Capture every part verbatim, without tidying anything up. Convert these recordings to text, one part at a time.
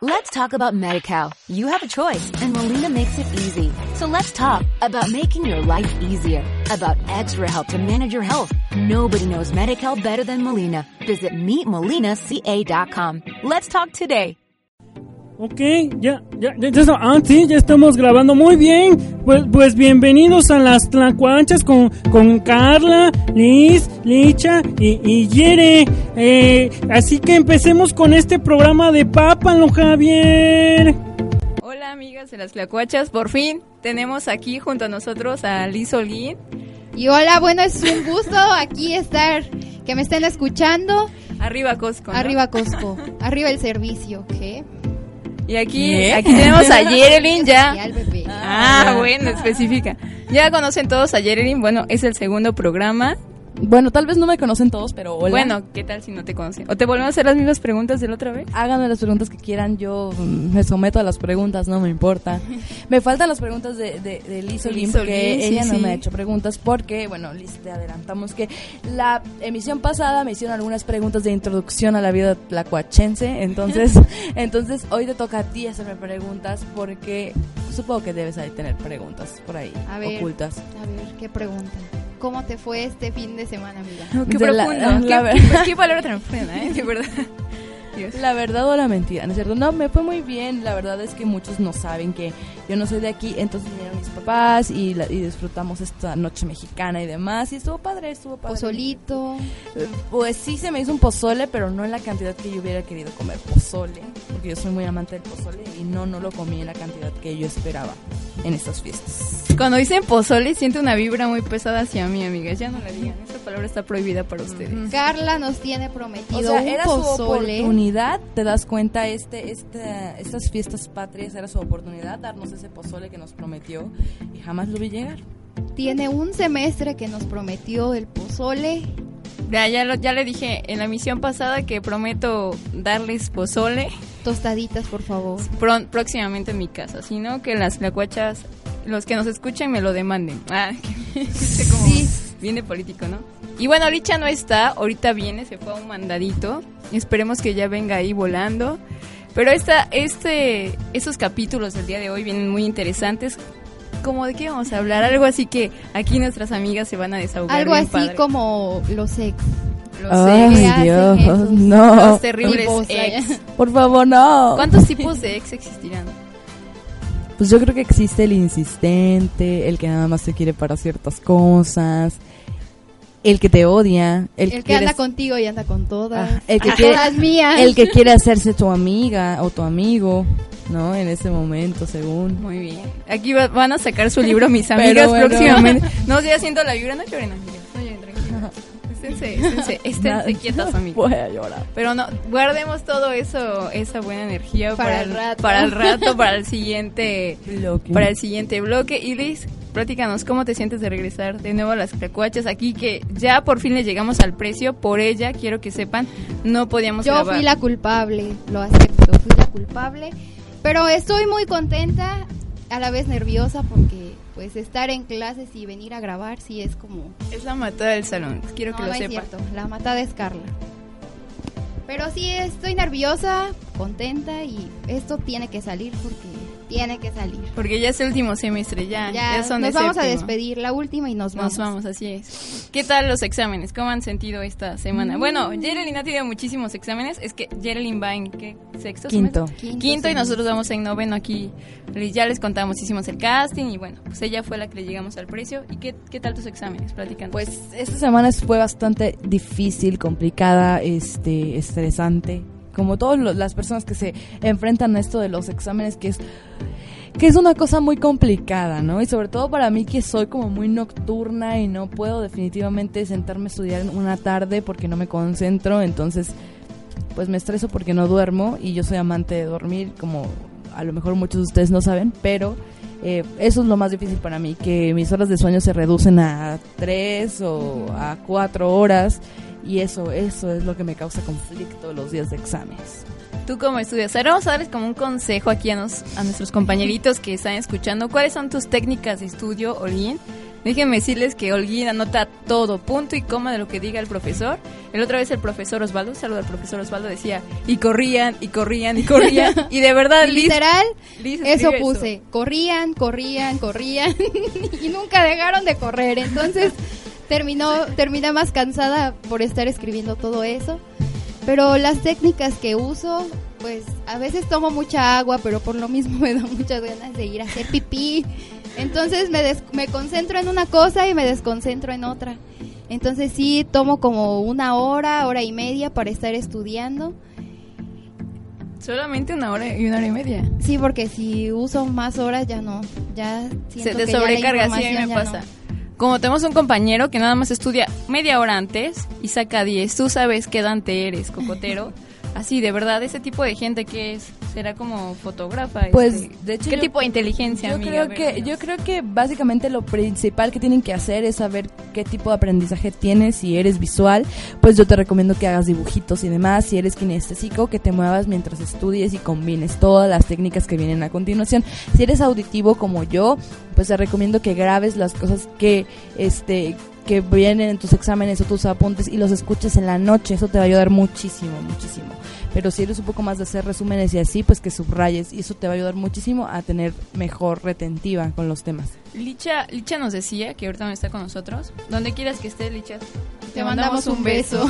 Let's talk about Medi-Cal. You have a choice, and Molina makes it easy. So let's talk about making your life easier, about extra help to manage your health. Nobody knows Medi-Cal better than Molina. Visit meet molina c a dot com. Let's talk today. Ok, ya, ya, ya, ya, ah, sí, ya estamos grabando muy bien. Pues, pues bienvenidos a las Tlacuachas con, con Carla, Liz, Licha y, y Yere. Eh, así que empecemos con este programa de Pápalo, Javier. Hola amigas de las Tlacuachas, por fin tenemos aquí junto a nosotros a Liz Holguín. Y hola, bueno, es un gusto aquí estar, que me estén escuchando. Arriba Costco, ¿no? Arriba Costco, arriba el servicio, ¿qué? Y aquí, ¿Eh? aquí tenemos a Yerelyn ya. Ah, ah, bueno, específica. Ya conocen todos a Yerelyn, bueno, es el segundo programa. Bueno, tal vez no me conocen todos, pero hola. Bueno, ¿qué tal si no te conocen? ¿O te volvemos a hacer las mismas preguntas de la otra vez? Háganme las preguntas que quieran, yo me someto a las preguntas, no me importa. Me faltan las preguntas de, de, de Liz Holguín, porque sí, ella sí. no me ha hecho preguntas, porque, bueno, Liz, te adelantamos que la emisión pasada me hicieron algunas preguntas de introducción a la vida tlacuachense, entonces, entonces hoy te toca a ti hacerme preguntas, porque supongo que debes ahí tener preguntas por ahí, a ver, ocultas. A ver, ¿qué pregunta? ¿Cómo te fue este fin de semana, amiga? No, qué de profundo, la, qué, la qué, qué, qué palabra tan profunda, ¿eh? De verdad. Dios. La verdad o la mentira, ¿no es cierto? No, me fue muy bien. La verdad es que muchos no saben que yo no soy de aquí. Entonces vinieron mis papás y, la, y disfrutamos esta noche mexicana y demás. Y estuvo padre, estuvo padre. ¿Pozolito? Pues sí, se me hizo un pozole, pero no en la cantidad que yo hubiera querido comer pozole. Porque yo soy muy amante del pozole y no, no lo comí en la cantidad que yo esperaba en estas fiestas. Cuando dicen pozole, siento una vibra muy pesada hacia mí, amigas. Ya no la digan, esta palabra está prohibida para ustedes. Carla nos tiene prometido o sea, un era pozole. Su oportunidad, te das cuenta, este, este, estas fiestas patrias era su oportunidad, darnos ese pozole que nos prometió y jamás lo vi llegar. Tiene un semestre que nos prometió el pozole. Ya, ya, lo, ya le dije en la emisión pasada que prometo darles pozole. Tostaditas, por favor. Pro, próximamente en mi casa, si no que las tlacuachas, los que nos escuchen me lo demanden. Ah, que como sí. Viene político, ¿no? Y bueno, Licha no está, ahorita viene, se fue a un mandadito. Esperemos que ya venga ahí volando. Pero esta, este, estos capítulos del día de hoy vienen muy interesantes. ¿Cómo de qué vamos a hablar? Algo así que aquí nuestras amigas se van a desahogar. Algo bien así padre. Como los ex. Los Ay, ex. Dios, esos no. Los terribles ex. Por favor, no. ¿Cuántos tipos de ex existirán? Pues yo creo que existe el insistente, el que nada más te quiere para ciertas cosas, el que te odia, el, el que, que quieres... anda contigo y anda con todas, ah, el que ah, quiere, todas mías, el que quiere hacerse tu amiga o tu amigo, ¿no? En ese momento, según. Muy bien. Aquí va, van a sacar su libro mis amigas bueno. próximamente. No estoy haciendo la vibra, no lloren, amigas, no lloren, tranquilos. Esténse, esténse, esténse quietas, amigas. Voy a llorar. Pero no, guardemos todo eso, esa buena energía para, para el rato, para el rato, para el siguiente bloque. Para el siguiente bloque. Y Liz, platícanos, ¿cómo te sientes de regresar de nuevo a las Tlacuachas? Aquí que ya por fin le llegamos al precio, por ella, quiero que sepan, no podíamos Yo grabar. fui la culpable, lo acepto, fui la culpable, pero estoy muy contenta, a la vez nerviosa porque pues estar en clases y venir a grabar sí es como... Es la matada del salón, quiero no, que lo no sepan. Es cierto, la matada es Carla. Pero sí estoy nerviosa, contenta y esto tiene que salir porque tiene que salir. Porque ya es el último semestre, ya, ya, ya son nos de vamos séptimo. a despedir, la última y nos vamos. Nos vamos, así es. ¿Qué tal los exámenes? ¿Cómo han sentido esta semana? Mm. Bueno, Yerelyn ha tenido muchísimos exámenes. Es que Yerelyn va en ¿qué? ¿Sexto? Quinto. Quinto, Quinto sí. Y nosotros vamos en noveno aquí. Ya les contamos, hicimos el casting y bueno, pues ella fue la que le llegamos al precio. ¿Y qué, qué tal tus exámenes? Platícanos. Pues esta semana fue bastante difícil, complicada, este, estresante. Como todas las personas que se enfrentan a esto de los exámenes, que es que es una cosa muy complicada, ¿no? Y sobre todo para mí que soy como muy nocturna y no puedo definitivamente sentarme a estudiar en una tarde porque no me concentro, entonces pues me estreso porque no duermo y yo soy amante de dormir, como a lo mejor muchos de ustedes no saben, pero eh, eso es lo más difícil para mí, que mis horas de sueño se reducen a tres o a cuatro horas y eso, eso es lo que me causa conflicto los días de exámenes. ¿Tú cómo estudias? Ahora vamos a darles como un consejo aquí a, nos, a nuestros compañeritos que están escuchando. ¿Cuáles son tus técnicas de estudio, Holguín? Déjenme decirles que Holguín anota todo, punto y coma de lo que diga el profesor. El otra vez el profesor Osvaldo, saludo al profesor Osvaldo, decía, y corrían, y corrían, y corrían. Y de verdad, Liz, literal, Liz eso escribe puse. eso. Corrían, corrían, corrían. Y nunca dejaron de correr. Entonces terminó, terminé más cansada por estar escribiendo todo eso. Pero las técnicas que uso, pues a veces tomo mucha agua, pero por lo mismo me da muchas ganas de ir a hacer pipí. Entonces me, des- me concentro en una cosa y me desconcentro en otra. Entonces sí tomo como una hora, hora y media para estar estudiando. Solamente una hora y una hora y media. Sí, porque si uso más horas ya no, ya siento Se te que ya la sobrecarga, sí, a mí información me ya pasa. no. Como tenemos un compañero que nada más estudia media hora antes y saca diez, tú sabes qué Dante eres, cocotero. Así, de verdad, ese tipo de gente que es, será como fotógrafa. Pues, este, de hecho, ¿qué yo- tipo de inteligencia, Yo amiga? creo A ver, que dinos. yo creo que básicamente lo principal que tienen que hacer es saber qué tipo de aprendizaje tienes. Si eres visual, pues yo te recomiendo que hagas dibujitos y demás. Si eres kinestésico, que te muevas mientras estudies y combines todas las técnicas que vienen a continuación. Si eres auditivo como yo, pues te recomiendo que grabes las cosas que este que vienen en tus exámenes o tus apuntes y los escuches en la noche. Eso te va a ayudar muchísimo, muchísimo. Pero si eres un poco más de hacer resúmenes y así, pues que subrayes, y eso te va a ayudar muchísimo a tener mejor retentiva con los temas. Licha, Licha nos decía, que ahorita no está con nosotros, donde quieras que esté, Licha, Te mandamos un beso.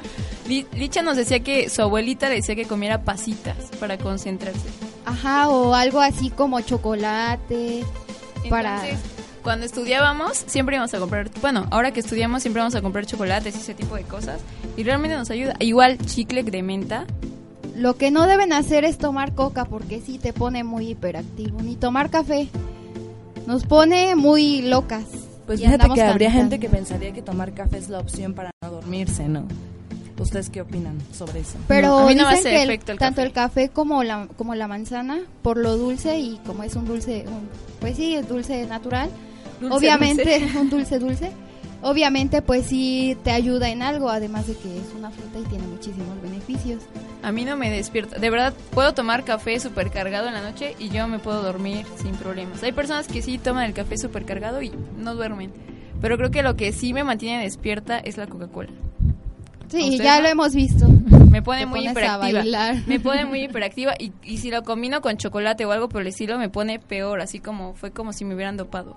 Li- Licha nos decía que su abuelita le decía que comiera pasitas para concentrarse. Ajá, o algo así como chocolate. Para- Entonces, cuando estudiábamos, siempre íbamos a comprar, bueno, ahora que estudiamos siempre vamos a comprar chocolates y ese tipo de cosas, y realmente nos ayuda. Igual chicle de menta. Lo que no deben hacer es tomar coca porque sí te pone muy hiperactivo. Ni tomar café. Nos pone muy locas. Pues Y fíjate andamos que habría cantando. gente que pensaría que tomar café es la opción para no dormirse, ¿no? ¿Ustedes qué opinan sobre eso? Pero No, a mí no me dicen hace que el- efecto el tanto café. el café como la, como la manzana, por lo dulce y como es un dulce, un- pues sí, es dulce natural, Dulce, obviamente, dulce. un dulce dulce, obviamente pues sí te ayuda en algo, además de que es una fruta y tiene muchísimos beneficios. A mí no me despierta. De verdad, puedo tomar café súper cargado en la noche y yo me puedo dormir sin problemas. Hay personas que sí toman el café súper cargado y no duermen. Pero creo que lo que sí me mantiene despierta es la Coca-Cola. ¿A Sí, usted ya no? lo hemos visto. Me pone Te muy pones a hiperactiva. bailar. Me pone muy hiperactiva y, y si lo combino con chocolate o algo por el estilo me pone peor, así como fue como si me hubieran dopado.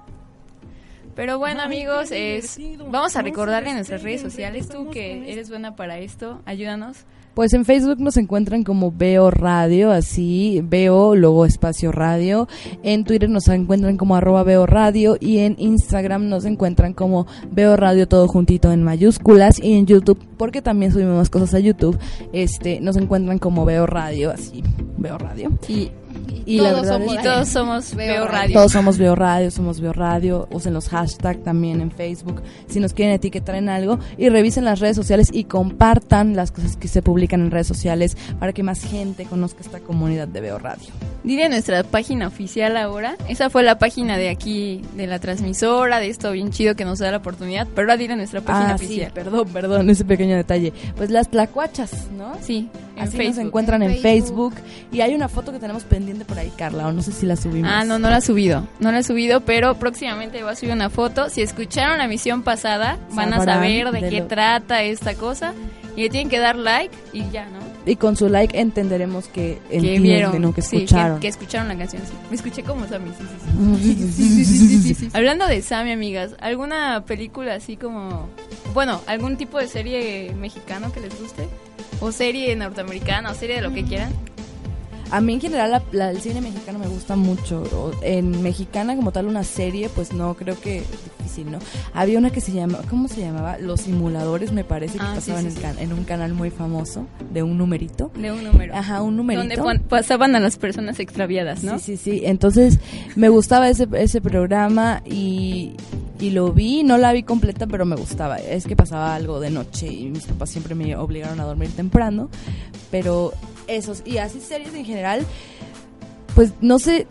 Pero bueno, Ay, amigos, qué es divertido. vamos a No se recordarle en nuestras despeguen, redes sociales, tú regresamos con que esto. eres buena para esto, ayúdanos. Pues en Facebook nos encuentran como Veo Radio, así, Veo, luego espacio radio. En Twitter nos encuentran como arroba Veo Radio y en Instagram nos encuentran como Veo Radio todo juntito en mayúsculas y en YouTube, porque también subimos más cosas a YouTube, este, nos encuentran como Veo Radio, así, Veo Radio. Y, Y la todos verdad somos es y que- todos somos Veo Veo Radio. Radio. Todos somos Veo Radio, somos Veo Radio, usen los hashtags también en Facebook, si nos quieren etiquetar en algo, y revisen las redes sociales y compartan las cosas que se publican en redes sociales para que más gente conozca esta comunidad de Veo Radio. Dile nuestra página oficial ahora. Esa fue la página de aquí, de la transmisora, de esto bien chido que nos da la oportunidad. Pero ahora dile nuestra página Ah, sí, oficial. perdón, perdón, ese pequeño detalle. Pues las tlacuachas, ¿no? Sí, en Así Facebook. nos encuentran en En Facebook. Facebook. Y hay una foto que tenemos pendiente por ahí, Carla, o no sé si la subimos. Ah, no, no la he subido. No la he subido, pero próximamente voy a subir una foto. Si escucharon la emisión pasada, van a Sabrán saber de de qué lo- trata esta cosa. Y le tienen que dar like y ya, ¿no? Y con su like entenderemos que Que entienden, vieron, ¿no? Que sí, escucharon. que, que escucharon la canción. Sí. Me escuché como Sammy, sí, sí, sí. Sí, sí, sí, sí, sí, sí. Hablando de Sammy, amigas, ¿alguna película así como... Bueno, algún tipo de serie mexicano que les guste? O serie norteamericana, o serie de lo que quieran. A mí en general la, la- el cine mexicano me gusta mucho. O- En mexicana como tal una serie, pues no, creo que difícil, ¿no? Había una que se llama, ¿cómo se llamaba? Los Simuladores, me parece, que Ah, sí, pasaban sí, en, sí. can- en un canal muy famoso de un numerito. De un número. Ajá, un numerito. Donde pon- pasaban a las personas extraviadas, ¿no? Sí, sí, sí. Entonces me gustaba ese, ese programa y, y lo vi, no la vi completa, pero me gustaba. Es que pasaba algo de noche y mis papás siempre me obligaron a dormir temprano. Pero esos, y así series en general, pues no sé,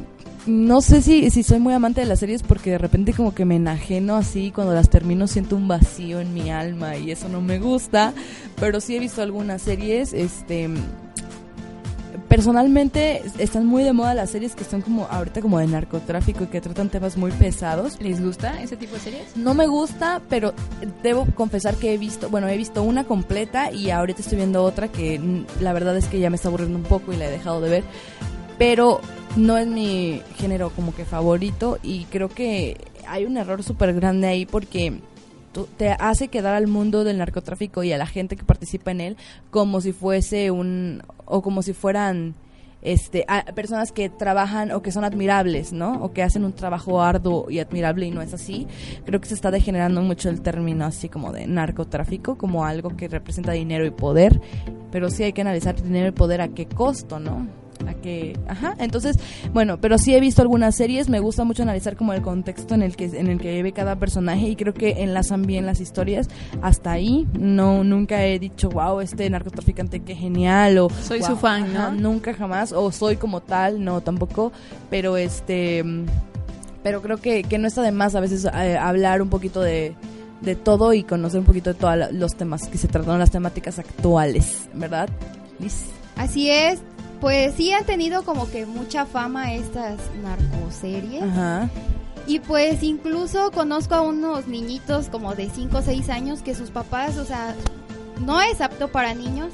no sé si, si soy muy amante de las series porque de repente como que me enajeno así, cuando las termino siento un vacío en mi alma y eso no me gusta, pero sí he visto algunas series, este... personalmente están muy de moda las series que son como ahorita como de narcotráfico y que tratan temas muy pesados. ¿Les gusta ese tipo de series? No me gusta, pero debo confesar que he visto, bueno, he visto una completa y ahorita estoy viendo otra que mm, la verdad es que ya me está aburriendo un poco y la he dejado de ver, pero no es mi género como que favorito y creo que hay un error súper grande ahí porque te hace quedar al mundo del narcotráfico y a la gente que participa en él como si fuese un, o como si fueran este a, personas que trabajan o que son admirables, ¿no? O que hacen un trabajo arduo y admirable y no es así. Creo que se está degenerando mucho el término así como de narcotráfico, como algo que representa dinero y poder, pero sí hay que analizar dinero y poder a qué costo, ¿no? A que, ajá, entonces, bueno, pero sí he visto algunas series, me gusta mucho analizar como el contexto en el que en el que vive cada personaje y creo que enlazan bien las historias. Hasta ahí, no, nunca he dicho, wow, este narcotraficante qué genial, o soy wow, su fan, ajá, ¿no? Nunca jamás, o soy como tal, no, tampoco, pero este, pero creo que, que no está de más a veces eh, hablar un poquito de de todo y conocer un poquito de todos los temas que se tratan, las temáticas actuales, ¿verdad, Liz? Así es. Pues sí han tenido como que mucha fama estas narcoseries. Ajá. Y pues incluso conozco a unos niñitos como de cinco o seis años que sus papás, o sea, no es apto para niños,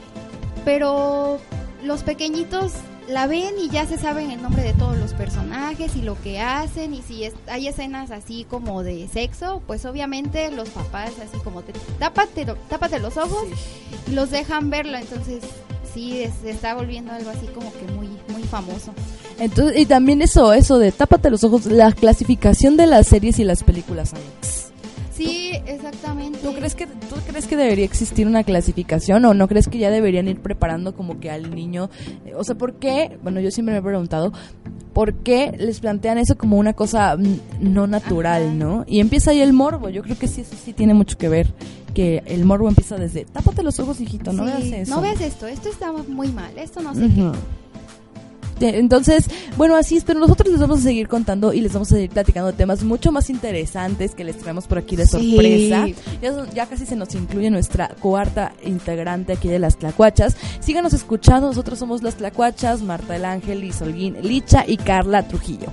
pero los pequeñitos la ven y ya se saben el nombre de todos los personajes y lo que hacen, y si es, hay escenas así como de sexo, pues obviamente los papás así como te, tápate, tápate los ojos y los dejan verlo, entonces sí, se está volviendo algo así como que muy muy famoso. Entonces, y también eso, eso de tápate los ojos, la clasificación de las series y las películas, amigos. Sí, exactamente. ¿Tú crees que tú crees que debería existir una clasificación o no crees que ya deberían ir preparando como que al niño? O sea, ¿por qué? Bueno, yo siempre me he preguntado, ¿por qué les plantean eso como una cosa no natural, Ajá. ¿no? Y empieza ahí el morbo. Yo creo que sí, eso sí tiene mucho que ver, que el morbo empieza desde tápate los ojos, hijito, no sí, veas eso. No veas esto, esto está muy mal, esto no sé uh-huh. qué. Entonces, bueno, así es, pero nosotros les vamos a seguir contando y les vamos a seguir platicando de temas mucho más interesantes que les traemos por aquí de sorpresa. Sí. Ya, ya casi se nos incluye nuestra cuarta integrante aquí de Las Tlacuachas. Síganos escuchando, nosotros somos Las Tlacuachas, Marta el Ángel, Liz Holguín, Licha y Carla Trujillo.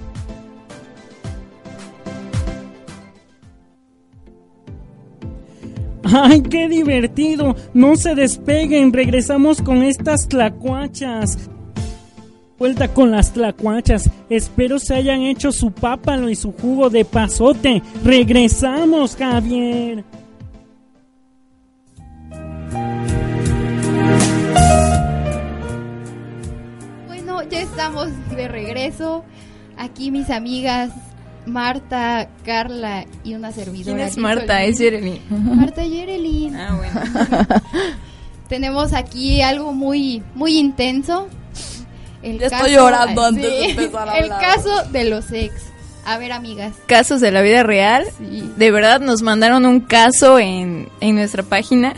¡Ay, qué divertido! No se despeguen, regresamos con estas tlacuachas. Vuelta con las tlacuachas. Espero se hayan hecho su pápalo y su jugo de pasote. Regresamos, Javier. Bueno, ya estamos de regreso. Aquí mis amigas Marta, Carla y una servidora. ¿Quién es Marta? Es Yerelin. Marta Yerelin. Ah, bueno. Tenemos aquí algo muy, muy intenso. El ya caso, estoy llorando antes sí, de empezar a hablar. El caso de los ex. A ver, amigas. Casos de la vida real. Sí. De verdad nos mandaron un caso en, en nuestra página.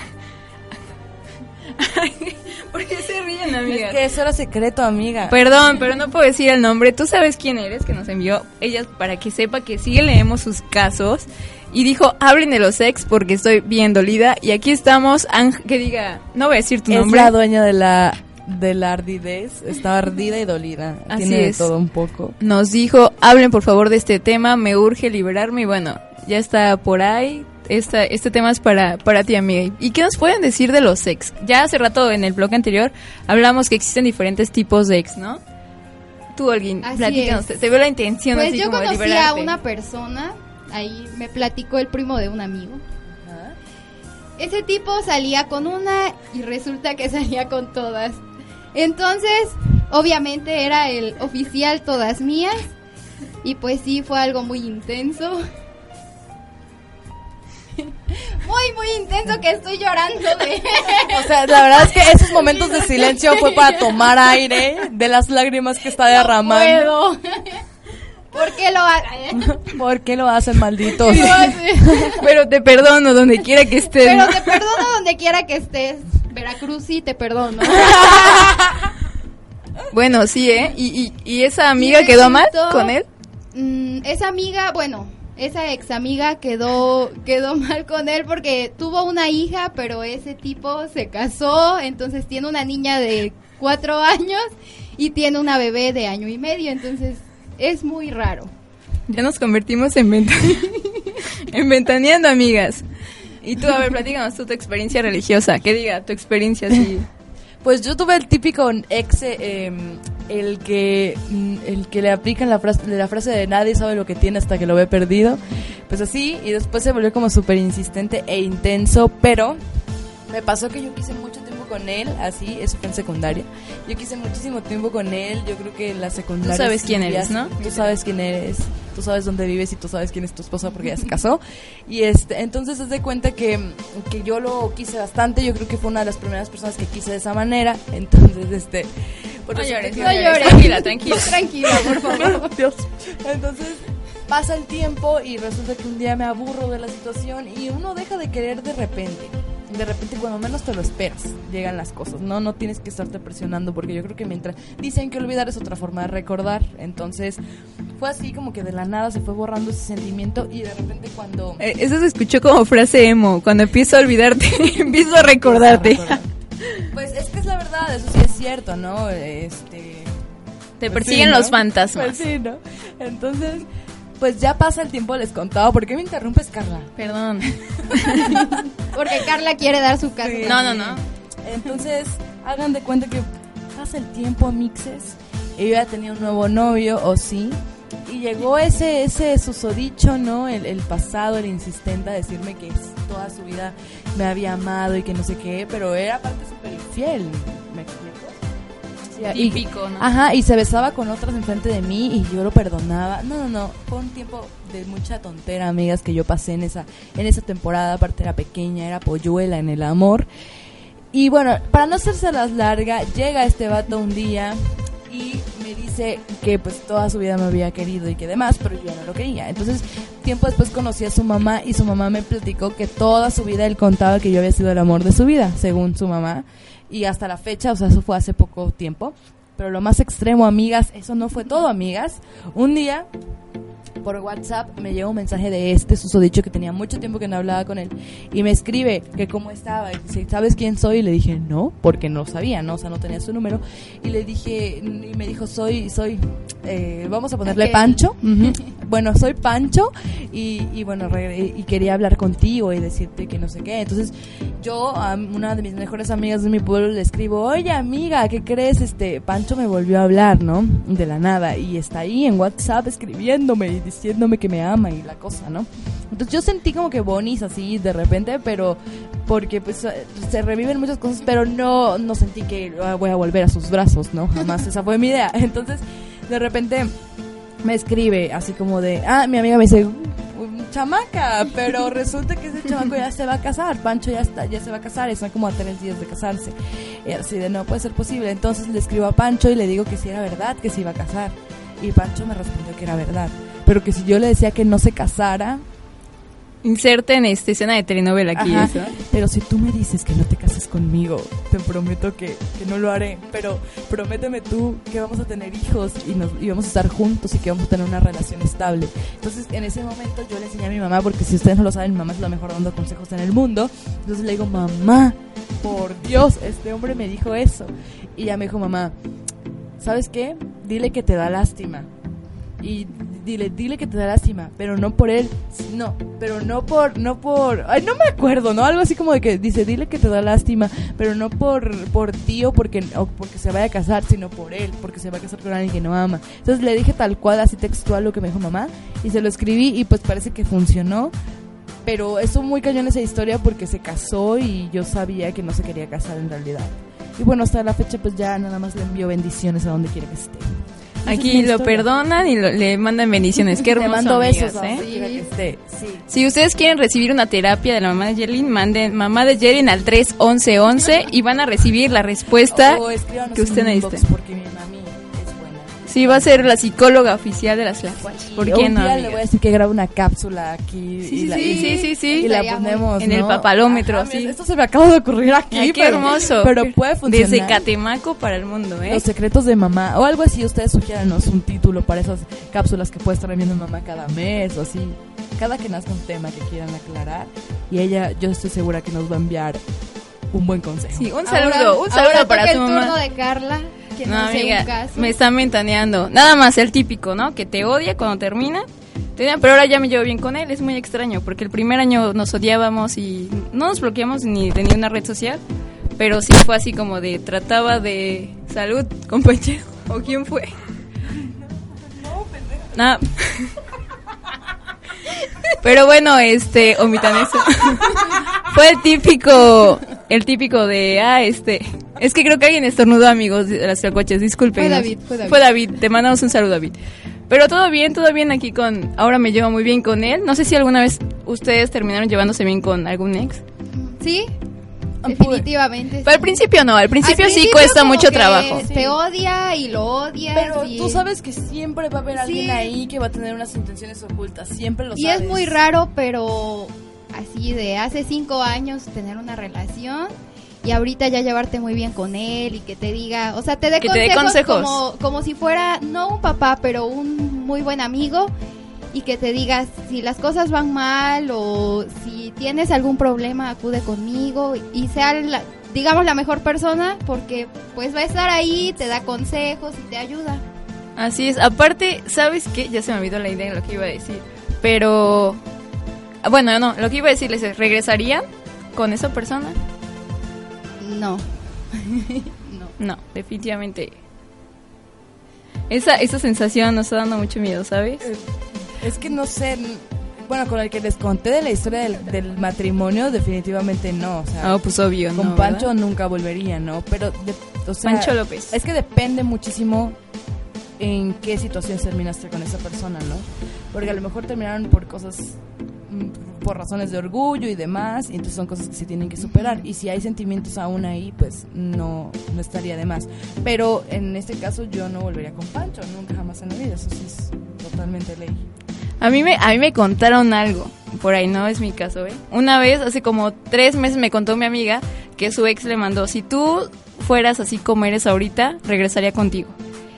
¿Por qué se ríen, amigas? Es que eso era secreto, amiga. Perdón, pero no puedo decir el nombre. Tú sabes quién eres, que nos envió ella para que sepa que sí leemos sus casos. Y dijo, hablen de los ex porque estoy bien dolida. Y aquí estamos, Ángel, que diga, no voy a decir tu es nombre. Es la dueña de la... de la ardidez, está ardida y dolida. Así Tiene es. de todo un poco. Nos dijo, hablen por favor de este tema, me urge liberarme. Y bueno, ya está por ahí. Esta, este tema es para, para ti, amiga. ¿Y qué nos pueden decir de los ex? Ya hace rato en el blog anterior hablamos que existen diferentes tipos de ex, ¿no? Tú, alguien, platícanos. Te, te veo la intención pues así yo como de conocí liberarte. a una persona, ahí me platicó el primo de un amigo. Ese tipo salía con una y resulta que salía con todas. Entonces, obviamente era el oficial todas mías. Y pues sí, fue algo muy intenso. Muy, muy intenso que estoy llorando de... O sea, la verdad es que esos momentos de silencio fue para tomar aire de las lágrimas que está derramando. No puedo. ¿Por qué lo hacen? ¿Por qué lo hacen, malditos? Pero te perdono donde quiera que estés. Pero ¿no? te perdono donde quiera que estés. Veracruz, sí, te perdono. Bueno, sí, ¿eh? ¿Y, y, y esa amiga y quedó mal con él? Mmm, esa amiga, bueno, esa ex amiga quedó, quedó mal con él porque tuvo una hija, pero ese tipo se casó, entonces tiene una niña de cuatro años y tiene una bebé de año y medio, entonces es muy raro. Ya nos convertimos en ventaneando, en ventaneando, amigas. Y tú, a ver, platícanos tú tu experiencia religiosa. ¿Qué diga tu experiencia así? Pues yo tuve el típico ex, eh, el que el que le aplican la frase, la frase de nadie sabe lo que tiene hasta que lo ve perdido. Pues así, y después se volvió como súper insistente e intenso, pero me pasó que yo quise mucho tiempo con él, así, eso fue en secundaria. Yo quise muchísimo tiempo con él, yo creo que en la secundaria... Tú sabes quién eres, ¿no? Tú sabes quién eres, tú sabes dónde vives y tú sabes quién es tu esposa porque ya se casó. Y este, entonces se da cuenta que, que yo lo quise bastante, yo creo que fue una de las primeras personas que quise de esa manera. Entonces, este... No llores, no llores. Tranquila, tranquila. Tranquila, por favor. Dios. Entonces pasa el tiempo y resulta que un día me aburro de la situación y uno deja de querer de repente. De repente, cuando menos te lo esperas, llegan las cosas. No, no tienes que estarte presionando, porque yo creo que mientras dicen que olvidar es otra forma de recordar. Entonces fue así como que de la nada se fue borrando ese sentimiento y de repente cuando... Eh, eso se escuchó como frase emo. Cuando empiezo a olvidarte, empiezo a recordarte. Pues es que es la verdad, eso sí es cierto, ¿no? Este... Te pues persiguen sí, ¿no? los fantasmas. Pues sí, ¿no? Entonces, pues ya pasa el tiempo, les contaba. ¿Por qué me interrumpes, Carla? Perdón. Porque Carla quiere dar su caso. Sí. No, no, no. Entonces, hagan de cuenta que pasa el tiempo, mixes, y yo ya tenía un nuevo novio, o sí, y llegó ese ese susodicho, ¿no? El, el pasado, el insistente a decirme que toda su vida me había amado y que no sé qué, pero era aparte súper infiel, ¿me explico? Y, Típico, ¿no? Ajá, y se besaba con otras enfrente de mí y yo lo perdonaba. No, no, no, fue un tiempo de mucha tontera, amigas, que yo pasé en esa en esa temporada. Aparte era pequeña, era polluela en el amor. Y bueno, para no hacerse las larga, llega este vato un día y me dice que pues toda su vida me había querido y que demás, pero yo ya no lo quería. Entonces, tiempo después conocí a su mamá y su mamá me platicó que toda su vida él contaba que yo había sido el amor de su vida, según su mamá. Y hasta la fecha, o sea, eso fue hace poco tiempo. Pero lo más extremo, amigas, eso no fue todo, amigas. Un día, por WhatsApp, me llegó un mensaje de este susodicho que tenía mucho tiempo que no hablaba con él. Y me escribe que cómo estaba. Y dice, ¿sabes quién soy? Y le dije, no, porque no sabía, ¿no? O sea, no tenía su número. Y le dije, y me dijo, soy, soy, eh, vamos a ponerle Okay. Pancho. Uh-huh. Bueno, soy Pancho. Y, y bueno, re- y quería hablar contigo y decirte que no sé qué. Entonces, yo a una de mis mejores amigas de mi pueblo le escribo, oye amiga, ¿qué crees? Este Pancho me volvió a hablar, ¿no? De la nada, y está ahí en WhatsApp escribiéndome y diciéndome que me ama y la cosa, ¿no? Entonces yo sentí como que bonis así de repente, pero porque pues se reviven muchas cosas, pero no, no sentí que ah, voy a volver a sus brazos, ¿no? Jamás, esa fue mi idea. Entonces de repente me escribe así como de, ah, mi amiga me dice, chamaca, pero resulta que ese chamaco ya se va a casar, Pancho ya está, ya se va a casar, están como a tres días de casarse. Y así de, no puede ser posible. Entonces le escribo a Pancho y le digo que si era verdad que se iba a casar. Y Pancho me respondió que era verdad, pero que si yo le decía que no se casara... Inserten esta escena de telenovela aquí. Ajá, ¿eso? pero si tú me dices que no te cases conmigo, te prometo que, que no lo haré, pero prométeme tú que vamos a tener hijos y, nos, y vamos a estar juntos y que vamos a tener una relación estable. Entonces en ese momento yo le enseñé a mi mamá, porque si ustedes no lo saben, mi mamá es la mejor dando consejos en el mundo. Entonces le digo, mamá, por Dios, este hombre me dijo eso. Y ella me dijo, mamá, ¿sabes qué? Dile que te da lástima. Y dile, dile que te da lástima, pero no por él, no, pero no por, no por, ay, no me acuerdo, ¿no? Algo así como de que dice, dile que te da lástima, pero no por, por ti o porque, o porque se vaya a casar, sino por él, porque se va a casar con alguien que no ama. Entonces le dije tal cual, así textual, lo que me dijo mamá, y se lo escribí y pues parece que funcionó. Pero eso muy cañón esa historia porque se casó y yo sabía que no se quería casar en realidad. Y bueno, hasta la fecha pues ya nada más le envío bendiciones a donde quiera que esté. Aquí lo perdonan y lo- le mandan bendiciones. Qué hermoso, Te mando amigas, besos a ¿eh? donde quiera que esté. Sí. Si ustedes quieren recibir una terapia de la mamá de Yerlin, manden mamá de Yerlin al tres once once y van a recibir la respuesta O escríbanos que usted un inbox necesite. porque mi mami es buena. Sí, va a ser la psicóloga oficial de las tlacuachas. ¿Por Y qué un no, día le amigas? voy a decir que grabe una cápsula aquí Sí, y sí, la, sí, y- sí, sí, sí. y la Estaría muy- ponemos, en el ¿no? papalómetro, Ajá, sí. mira, esto se me acaba de ocurrir aquí, Ay, qué pero, hermoso. pero puede funcionar. Desde Catemaco para el mundo, ¿eh? Los secretos de mamá o algo así. Ustedes sugiéranos un título para esas cápsulas que puede estar viendo mamá cada mes o así, cada que nazca un tema que quieran aclarar, y ella, yo estoy segura que nos va a enviar un buen consejo. Sí, un saludo, Ahora- un saludo ahora para toca tu el mamá. turno de Carla, que no, No, hace amiga, un caso. me están ventaneando. Nada más el típico, ¿no? Que te odia cuando termina. Te odia, pero ahora ya me llevo bien con él. Es muy extraño, porque el primer año nos odiábamos y no nos bloqueamos ni de ninguna red social. Pero sí fue así como de, trataba de... Salud, compañero. ¿O quién fue? No, pendeja. Pero bueno, este, omitan eso. Fue el típico, el típico de, ah, este... Es que creo que alguien estornudó, amigos de las tlacuaches, disculpen. Fue David, fue David. Fue David, te mandamos un saludo, David. Pero todo bien, todo bien aquí con... Ahora me llevo muy bien con él. No sé si alguna vez ustedes terminaron llevándose bien con algún ex. Sí, definitivamente. Pero al principio no, al principio, Al sí principio cuesta como mucho que trabajo. Te odia y lo odias. Pero y... tú sabes que siempre va a haber alguien Sí. ahí que va a tener unas intenciones ocultas, siempre lo Y sabes. es muy raro, pero así de hace cinco años tener una relación y ahorita ya llevarte muy bien con él y que te diga, o sea, te dé Que te dé consejos, consejos. Como, como si fuera, no un papá, pero un muy buen amigo y que te digas si las cosas van mal o si tienes algún problema, acude conmigo y sea, la, digamos, la mejor persona porque pues va a estar ahí, te da consejos y te ayuda. Así es. Aparte, ¿sabes qué? Ya se me olvidó la idea de lo que iba a decir. Pero... Bueno, no, lo que iba a decirles es, ¿regresarían con esa persona? No. No, definitivamente. Esa, esa sensación nos está dando mucho miedo, ¿sabes? Eh, Es que no sé, n- bueno, con el que les conté de la historia del, del matrimonio, definitivamente no, o sea, Ah, pues obvio, con ¿no? Pancho ¿verdad? nunca volvería, ¿no? Pero, de- o sea, Pancho López. es que depende muchísimo en qué situación terminaste con esa persona, ¿no? Porque a lo mejor terminaron por cosas, mm, por razones de orgullo y demás, y entonces son cosas que se tienen que superar. Y si hay sentimientos aún ahí, pues no, no estaría de más. Pero en este caso yo no volvería con Pancho, nunca jamás en la vida, eso sí es totalmente ley. A mí me a mí me contaron algo, por ahí no es mi caso, ¿eh? Una vez, hace como tres meses me contó mi amiga que su ex le mandó, si tú fueras así como eres ahorita, regresaría contigo.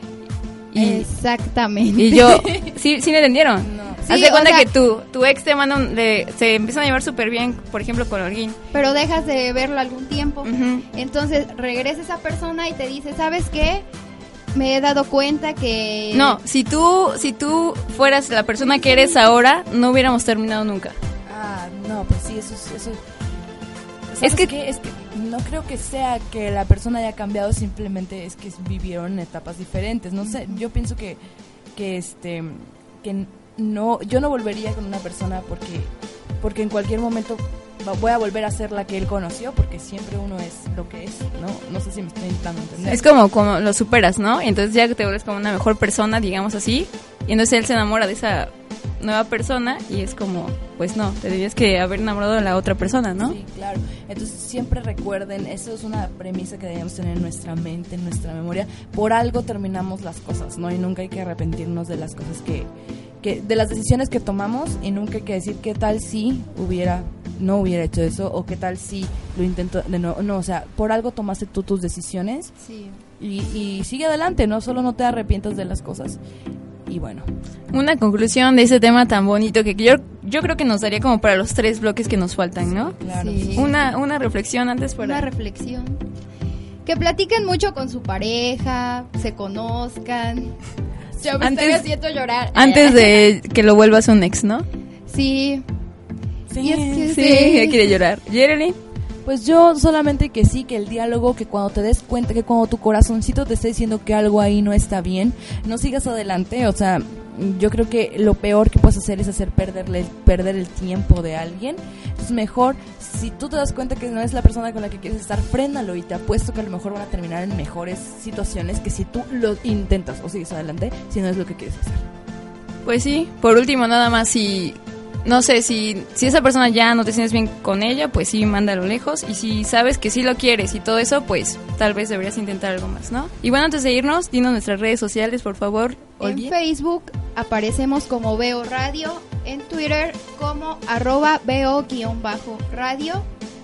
Y, Exactamente. y yo, ¿sí, sí me entendieron? No. Sí, Haz de o cuenta sea- que tú, tu ex te manda un, le- se empiezan a llevar súper bien, por ejemplo, con alguien. Pero dejas de verlo algún tiempo. Ujú. Entonces regresa esa persona y te dice, ¿sabes qué? Me he dado cuenta que... No, si tú, si tú fueras la persona que eres ahora, no hubiéramos terminado nunca. Ah, no, pues sí, eso es... Eso, Es ¿sabes que- qué? Es que no creo que sea que la persona haya cambiado, simplemente es que vivieron etapas diferentes. No sé, yo pienso que, que este, que no, yo no volvería con una persona porque, porque en cualquier momento va- voy a volver a ser la que él conoció, porque siempre uno es lo que es, ¿no? No sé si me estoy intentando entender. Es como, como lo superas, ¿no? Y entonces ya te vuelves como una mejor persona, digamos así. Y entonces él se enamora de esa nueva persona y es como, pues no, te debías que haber enamorado de la otra persona, ¿no? Sí, claro. Entonces siempre recuerden, eso es una premisa que debemos tener en nuestra mente, en nuestra memoria. Por algo terminamos las cosas, ¿no? Y nunca hay que arrepentirnos de las cosas que, que de las decisiones que tomamos y nunca hay que decir qué tal si hubiera no hubiera hecho eso o qué tal si lo intento de no, no, o sea, por algo tomaste tú tus decisiones Sí. y, y sigue adelante, no solo no te arrepientas de las cosas. Y bueno, Una conclusión de ese tema tan bonito que yo, yo creo que nos daría como para los tres bloques que nos faltan, ¿no? claro. Sí. Una, una reflexión antes para... Una reflexión. Que platiquen mucho con su pareja, se conozcan. Yo me Antes- estoy haciendo llorar. Antes de que lo vuelvas un ex, ¿no? Sí. Sí, Y es que- Sí, Sí. ya quiere llorar. Jeremy. Pues yo solamente que sí, que el diálogo, que cuando te des cuenta, que cuando tu corazoncito te esté diciendo que algo ahí no está bien, no sigas adelante. O sea, yo creo que lo peor que puedes hacer es hacer perderle, perder el tiempo de alguien. Es mejor, si tú te das cuenta que no es la persona con la que quieres estar, frénalo y te apuesto que a lo mejor van a terminar en mejores situaciones que si tú lo intentas o sigues adelante, si no es lo que quieres hacer. Pues sí, por último nada más si... No sé, si, si esa persona ya no te sientes bien con ella, pues sí, mándalo lejos. Y si sabes que sí lo quieres y todo eso, pues tal vez deberías intentar algo más, ¿no? Y bueno, antes de irnos, dinos nuestras redes sociales, por favor. En Olgi. Facebook aparecemos como Veo Radio, en Twitter como arroba Veo-radio,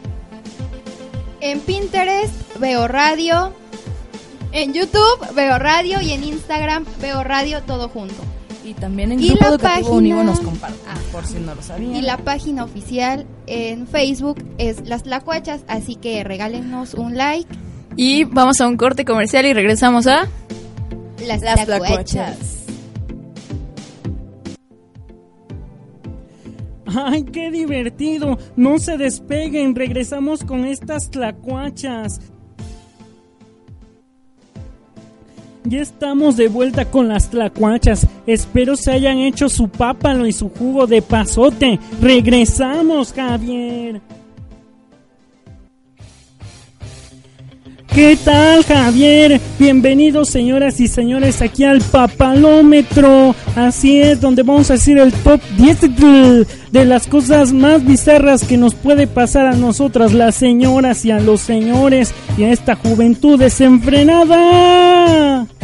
en Pinterest Veo Radio, en YouTube Veo Radio y en Instagram Veo Radio todo junto. Y también en Y Grupo la Educativo página- Univo nos comparte, Ah. por si no lo sabían. Y la página oficial en Facebook es Las Tlacuachas, así que regálenos un like. Y vamos a un corte comercial y regresamos a... Las, Las Tlacuachas. Tlacuachas. ¡Ay, qué divertido! No se despeguen, regresamos con estas tlacuachas. Ya estamos de vuelta con las tlacuachas. Espero se hayan hecho su pápalo y su jugo de pasote. ¡Regresamos, Javier! ¿Qué tal, Javier? Bienvenidos, señoras y señores, aquí al Papalómetro. Así es, donde vamos a decir el top diez de, de las cosas más bizarras que nos puede pasar a nosotras, las señoras, y a los señores, y a esta juventud desenfrenada.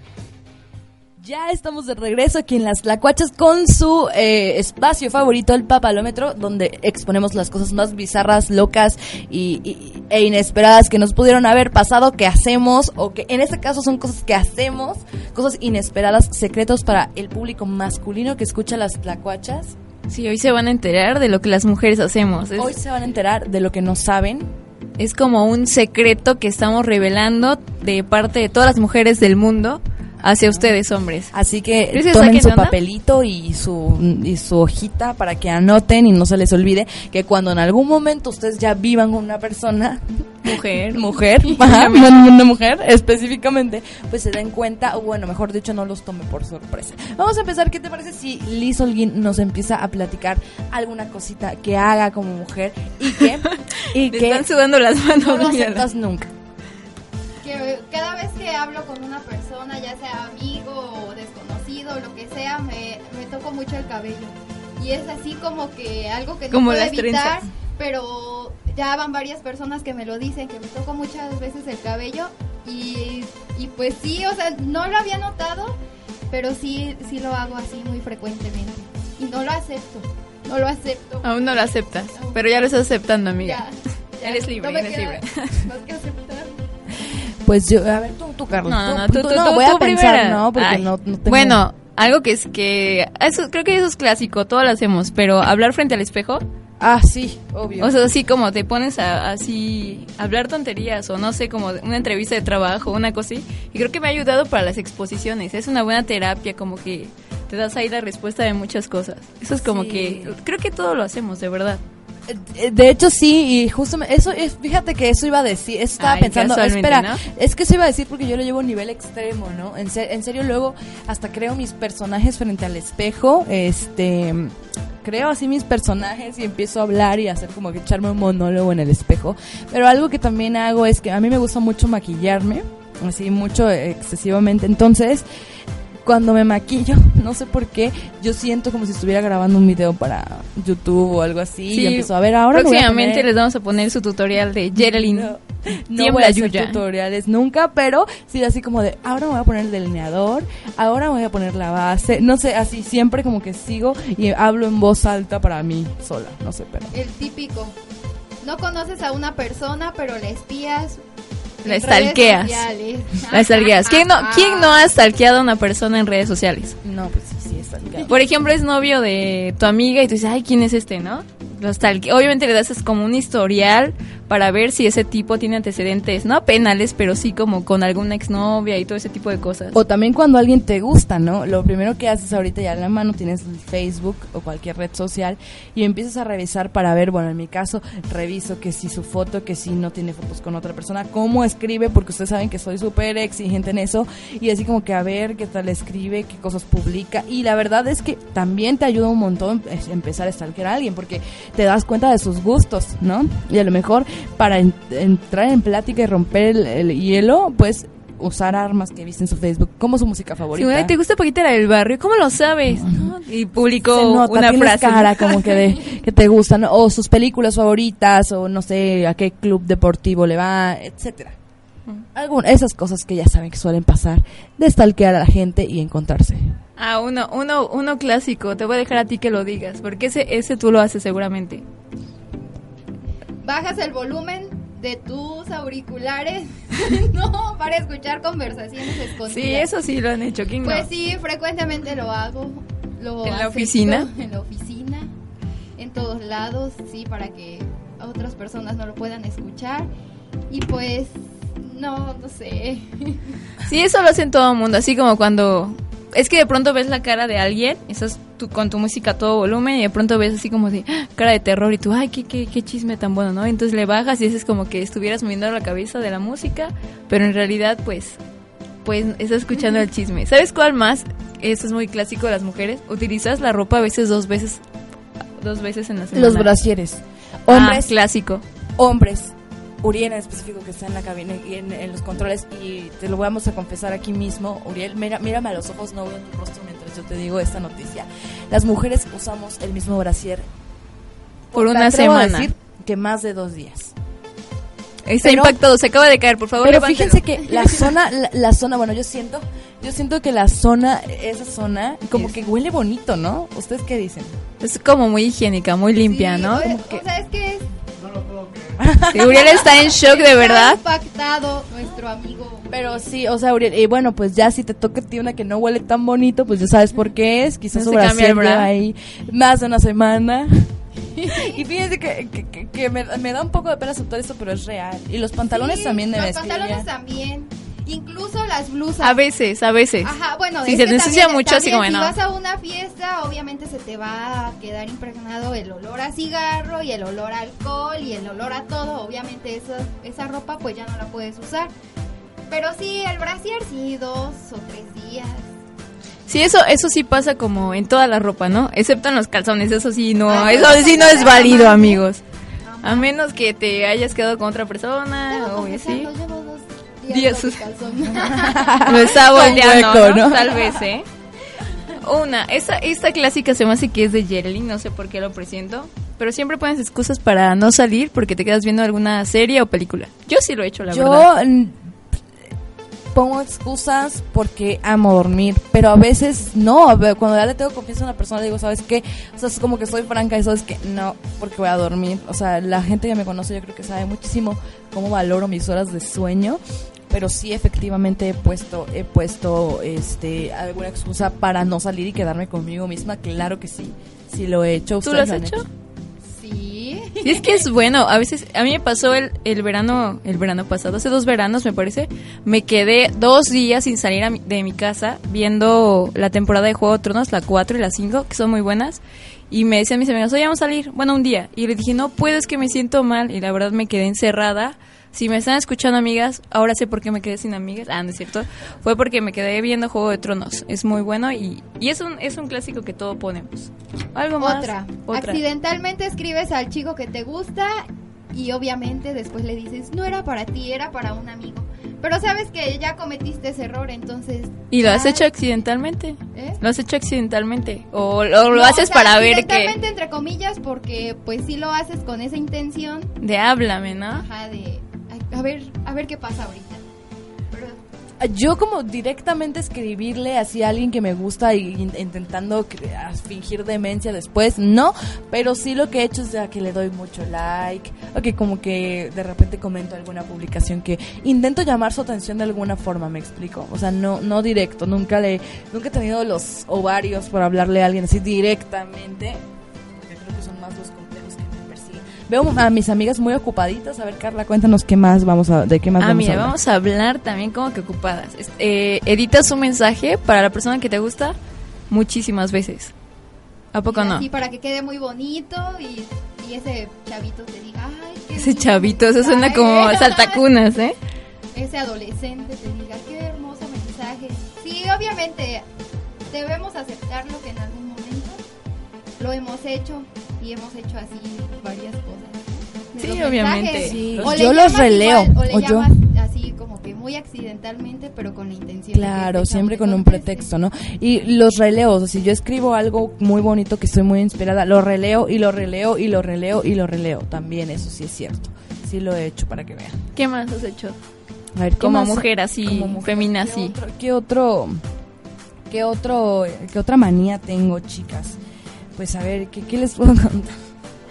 Ya estamos de regreso aquí en Las Tlacuachas con su eh, espacio favorito, el Papalómetro, donde exponemos las cosas más bizarras, locas y, y, e inesperadas que nos pudieron haber pasado, que hacemos, o que en este caso son cosas que hacemos, cosas inesperadas, secretos para el público masculino que escucha Las Tlacuachas. Sí, hoy se van a enterar de lo que las mujeres hacemos. Es, Hoy se van a enterar de lo que no saben. es como un secreto que estamos revelando de parte de todas las mujeres del mundo hacia ustedes, hombres. Así que ¿Crees que tomen saquen su onda? papelito y su y su hojita para que anoten y no se les olvide que cuando en algún momento ustedes ya vivan con una persona, Mujer. mujer, ajá, bueno, una mujer específicamente, pues se den cuenta, o bueno, mejor dicho, no los tome por sorpresa. Vamos a empezar. ¿Qué te parece si Liz Holguín nos empieza a platicar alguna cosita que haga como mujer y que y Le que están sudando las manos. no lo mira. aceptas nunca? Que cada vez que hablo con una persona, ya sea amigo o desconocido, lo que sea, me, me toco mucho el cabello. Y es así como que algo que no Como puedo las evitar, trenzas. pero ya van varias personas que me lo dicen, que me toco muchas veces el cabello. Y, y pues sí, o sea, no lo había notado, pero sí, sí lo hago así muy frecuentemente. Y no lo acepto, no lo acepto. Aún no lo aceptas, pero ya lo estás aceptando, amiga. Ya, ya, Eres libre, no me eres queda libre. más que aceptar. Pues yo, a ver, tú, tú Carlos. No, no, no, tú, tú, tú, voy tú a pensar, primera. no, porque Ay, no, no tengo... Bueno, algo que es que... Eso, creo que eso es clásico, todo lo hacemos, pero hablar frente al espejo, Ah, sí, obvio. o sea, así como te pones a así hablar tonterías, o no sé, como una entrevista de trabajo, una cosa así, y creo que me ha ayudado para las exposiciones. Es una buena terapia, como que te das ahí la respuesta de muchas cosas. Eso es como Sí. que... Creo que todo lo hacemos, de verdad. Eh, De hecho, sí, y justo eso es, fíjate que eso iba a decir, eso estaba Ay, pensando, casualmente, espera, ¿no? es que eso iba a decir porque yo lo llevo a un nivel extremo, ¿no? En, ser- en serio, luego hasta creo mis personajes frente al espejo, este, creo así mis personajes y empiezo a hablar y hacer como que echarme un monólogo en el espejo, pero algo que también hago es que a mí me gusta mucho maquillarme, así mucho, excesivamente, entonces... Cuando me maquillo, no sé por qué, yo siento como si estuviera grabando un video para YouTube o algo así. Y yo empiezo a ver ahora. me voy a Próximamente poner- les vamos a poner su tutorial de Geraldine. No, no Tiembla voy a hacer Yuya. tutoriales nunca, pero sí así como de, ahora me voy a poner el delineador, ahora me voy a poner la base. No sé, así siempre como que sigo y hablo en voz alta para mí sola. No sé, pero... El típico. No conoces a una persona, pero la espías. La en redes stalkeas. sociales. La stalkeas. ¿Quién no, ¿Quién no ha stalkeado a una persona en redes sociales? No, pues sí, sí, está bien. Por ejemplo, es novio de tu amiga y tú dices, ay, ¿quién es este, no? Lo stalke- Obviamente le das es como un historial para ver si ese tipo tiene antecedentes, no penales, pero sí como con alguna exnovia y todo ese tipo de cosas. O también cuando alguien te gusta, ¿no? Lo primero que haces ahorita ya en la mano tienes el Facebook o cualquier red social y empiezas a revisar para ver, bueno, en mi caso, reviso que si su foto, que si no tiene fotos con otra persona, cómo escribe, porque ustedes saben que soy súper exigente en eso, y así como que a ver qué tal escribe, qué cosas publica, y la verdad es que también te ayuda un montón es empezar a stalkear a alguien, porque te das cuenta de sus gustos, ¿no? Y a lo mejor para en- entrar en plática y romper el, el hielo, pues usar armas que viste en su Facebook, como su música Sí, favorita. güey, ¿te gusta Paquita la del barrio? ¿Cómo lo sabes? ¿No? Y publicó Se nota, una tienes frase. cara como que de que te gustan, o sus películas favoritas, o no sé a qué club deportivo le va, etcétera. Algún, esas cosas que ya saben que suelen pasar, de stalkear a la gente y encontrarse. Ah, uno, uno, uno clásico. Te voy a dejar a ti que lo digas, porque ese, ese tú lo haces seguramente. Bajas el volumen de tus auriculares, no, para escuchar conversaciones escondidas. Sí, eso sí lo han hecho, ¿quién no? Pues sí, frecuentemente lo hago. Lo ¿En la acepto oficina? En la oficina, en todos lados, sí, para que otras personas no lo puedan escuchar. Y pues, no, no sé. Sí, eso lo hace todo el mundo, así como cuando... Es que de pronto ves la cara de alguien, estás tú con tu música a todo volumen y de pronto ves así como de ¡ah! Cara de terror y tú, ay, qué, qué, qué chisme tan bueno, ¿no? Entonces le bajas y es como que estuvieras moviendo la cabeza de la música, pero en realidad pues, pues estás escuchando el chisme. ¿Sabes cuál más? Eso es muy clásico de las mujeres. Utilizas la ropa a veces dos veces, dos veces en la semana. Los brasieres. Hombres, Ah, clásico. hombres. Uriel en específico, que está en la cabina y en, en los controles, y te lo vamos a confesar aquí mismo. Uriel, mira, mírame a los ojos, no veo tu rostro mientras yo te digo esta noticia. Las mujeres usamos el mismo brasier Por me una atrevo a semana. decir que más de dos días. Está Pero- impactado, se acaba de caer, por favor. Pero levántalo. fíjense que la zona, la, la zona, bueno, yo siento, yo siento que la zona, esa zona, como que huele bonito, ¿no? ¿Ustedes qué dicen? Es como muy higiénica, muy limpia, Sí, ¿no? O, Como que- o sea, es que es, Sí, Uriel está en shock, de está verdad. impactado nuestro amigo. Pero sí, o sea, Uriel, y bueno, pues ya si te toca a ti una que no huele tan bonito, pues ya sabes por qué es. Quizás No su se cambia el brasier lleva bra. ahí más de una semana. Y fíjense que, que, que- que me, me da un poco de pena aceptar esto, pero es real. Y los pantalones Sí, también de Los mezclilla. pantalones también. Incluso las blusas. A veces, a veces. Ajá, bueno, Si es se que ensucia también- mucho, así también como, si no. vas a una fiesta, obviamente se te va a quedar impregnado el olor a cigarro y el olor a alcohol y el olor a todo. Obviamente esa, esa ropa pues ya no la puedes usar. Pero sí, el brasier sí, dos o tres días. Sí, eso eso sí pasa como en toda la ropa, ¿no? Excepto en los calzones, eso sí no, Ah, eso no, sí no no, es no, válido, no, amigos. no, A menos que te hayas quedado con otra persona Debo o así. confesarlo, llevo dos días Días con sus- mi calzón. Lo está Con volteando, hueco, ¿no? ¿no? Tal vez, ¿eh? Una, esta, esta clásica se me hace que es de Yerling, no sé por qué lo presiento. Pero siempre pones excusas para no salir porque te quedas viendo alguna serie o película. Yo sí lo he hecho, la verdad. Yo mm, pongo excusas porque amo dormir, pero a veces no, a ver, cuando ya le tengo confianza a una persona le digo, ¿sabes qué? O sea, es como que soy franca y sabes que no, porque voy a dormir. O sea, la gente que me conoce yo creo que sabe muchísimo cómo valoro mis horas de sueño, pero sí efectivamente he puesto he puesto este alguna excusa para no salir y quedarme conmigo misma, claro que sí. Sí lo he hecho. ¿Tú lo ¿Ustedes has han hecho? Sí. Y es que es bueno, a veces, a mí me pasó el, el verano, el verano pasado, hace dos veranos me parece, me quedé dos días sin salir a mi- de mi casa viendo la temporada de Juego de Tronos, la cuatro y la cinco, que son muy buenas, y me decían mis amigos, oye, vamos a salir, bueno, un día, y le dije, no puedo, es que me siento mal, y la verdad me quedé encerrada. Si me están escuchando, amigas, ahora sé por qué me quedé sin amigas. Ah, no es cierto. Fue porque me quedé viendo Juego de Tronos. Es muy bueno y, y es un es un clásico que todo ponemos. Algo más. Otra. Otra. Accidentalmente escribes al chico que te gusta y obviamente después le dices, no era para ti, era para un amigo. Pero sabes que ya cometiste ese error, entonces... ¿Y lo has ya- hecho accidentalmente? ¿Eh? ¿Lo has hecho accidentalmente? ¿O, o lo No, haces o sea, para ver accidentalmente, que... entre comillas, porque pues sí lo haces con esa intención, De háblame, ¿no? ajá, de... A ver, a ver qué pasa ahorita. Pero Yo como directamente escribirle así a alguien que me gusta y in- intentando cre- a fingir demencia después, no, pero sí lo que he hecho es ya que le doy mucho like, o que como que de repente comento alguna publicación que intento llamar su atención de alguna forma, ¿me explico? O sea, no no directo, nunca le nunca he tenido los ovarios por hablarle a alguien así directamente, porque creo que son más los complejos que me persiguen. Veo a mis amigas muy ocupaditas. A ver, Carla, cuéntanos qué más vamos a, de qué más Ah, vamos mira, a hablar. vamos a hablar también como que ocupadas. Es- eh, editas un mensaje para la persona que te gusta muchísimas veces. ¿A poco y no? así para que quede muy bonito y, y ese chavito te diga, ay, qué Ese lindo chavito, eso suena mensaje". como saltacunas, ¿eh? Ese adolescente te diga, qué hermoso mensaje. Sí, obviamente debemos aceptar lo que en algún momento lo hemos hecho y hemos hecho así varias cosas. De Sí, los obviamente. mensajes. Sí. O le Yo los llamas releo, igual, o le o yo- llamas así como que muy accidentalmente, pero con la intención. de que Claro, este siempre chavo con un te conteste. pretexto, ¿no? Y los releos, o sea, si yo escribo algo muy bonito que estoy muy inspirada, lo releo y lo releo y lo releo y lo releo. También eso sí es cierto. Sí lo he hecho para que vean. ¿Qué más has hecho? A ver, ¿qué Como más? mujer así, Como mujer, femina ¿qué así. otro- ¿Qué otro, qué otro, qué otra manía tengo, chicas? Pues a ver, ¿qué, qué les puedo contar?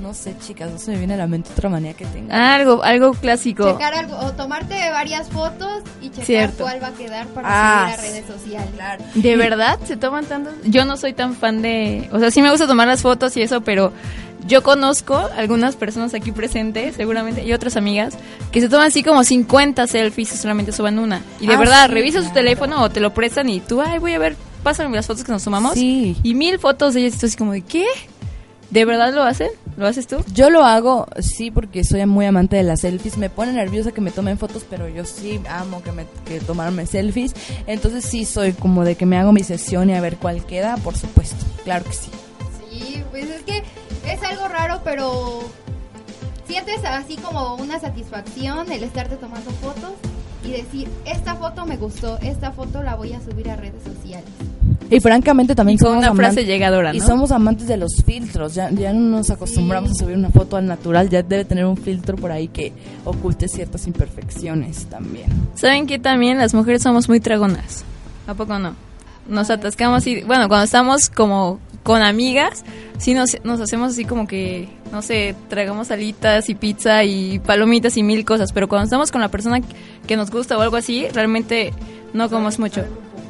No sé, chicas, no se me viene a la mente otra manía que tenga. Algo, algo clásico. Checar algo, o tomarte varias fotos y checar Cierto. cuál va a quedar para Ah, subir a redes sociales. Claro. ¿De verdad se toman tantos? Yo no soy tan fan de... O sea, sí me gusta tomar las fotos y eso, pero yo conozco algunas personas aquí presentes, seguramente, y otras amigas, que se toman así como cincuenta selfies y solamente suban una. Y de Ah, verdad, sí, revisas claro. su teléfono o te lo prestan y tú, ay, voy a ver, pásame las fotos que nos tomamos. Sí. Y mil fotos de ellas y tú así como de, ¿qué? ¿De verdad lo hacen? ¿Lo haces tú? Yo lo hago, sí, porque soy muy amante de las selfies. Me pone nerviosa que me tomen fotos, pero yo sí amo que me que tomarme selfies. Entonces sí soy como de que me hago mi sesión y a ver cuál queda, por supuesto. Claro que sí. Sí, pues es que es algo raro, pero sientes así como una satisfacción el estarte tomando fotos y decir, esta foto me gustó, esta foto la voy a subir a redes sociales. Y francamente también Con somos una amantes, frase llegadora, ¿no? y somos amantes de los filtros. Ya, ya no nos acostumbramos Sí. a subir una foto al natural. Ya debe tener un filtro por ahí que oculte ciertas imperfecciones también. ¿Saben que también las mujeres somos muy tragonas? ¿A poco no? Nos atascamos y, bueno, cuando estamos como con amigas, sí nos, nos hacemos así como que, no sé, tragamos alitas y pizza y palomitas y mil cosas, pero cuando estamos con la persona que nos gusta o algo así, realmente no comemos mucho.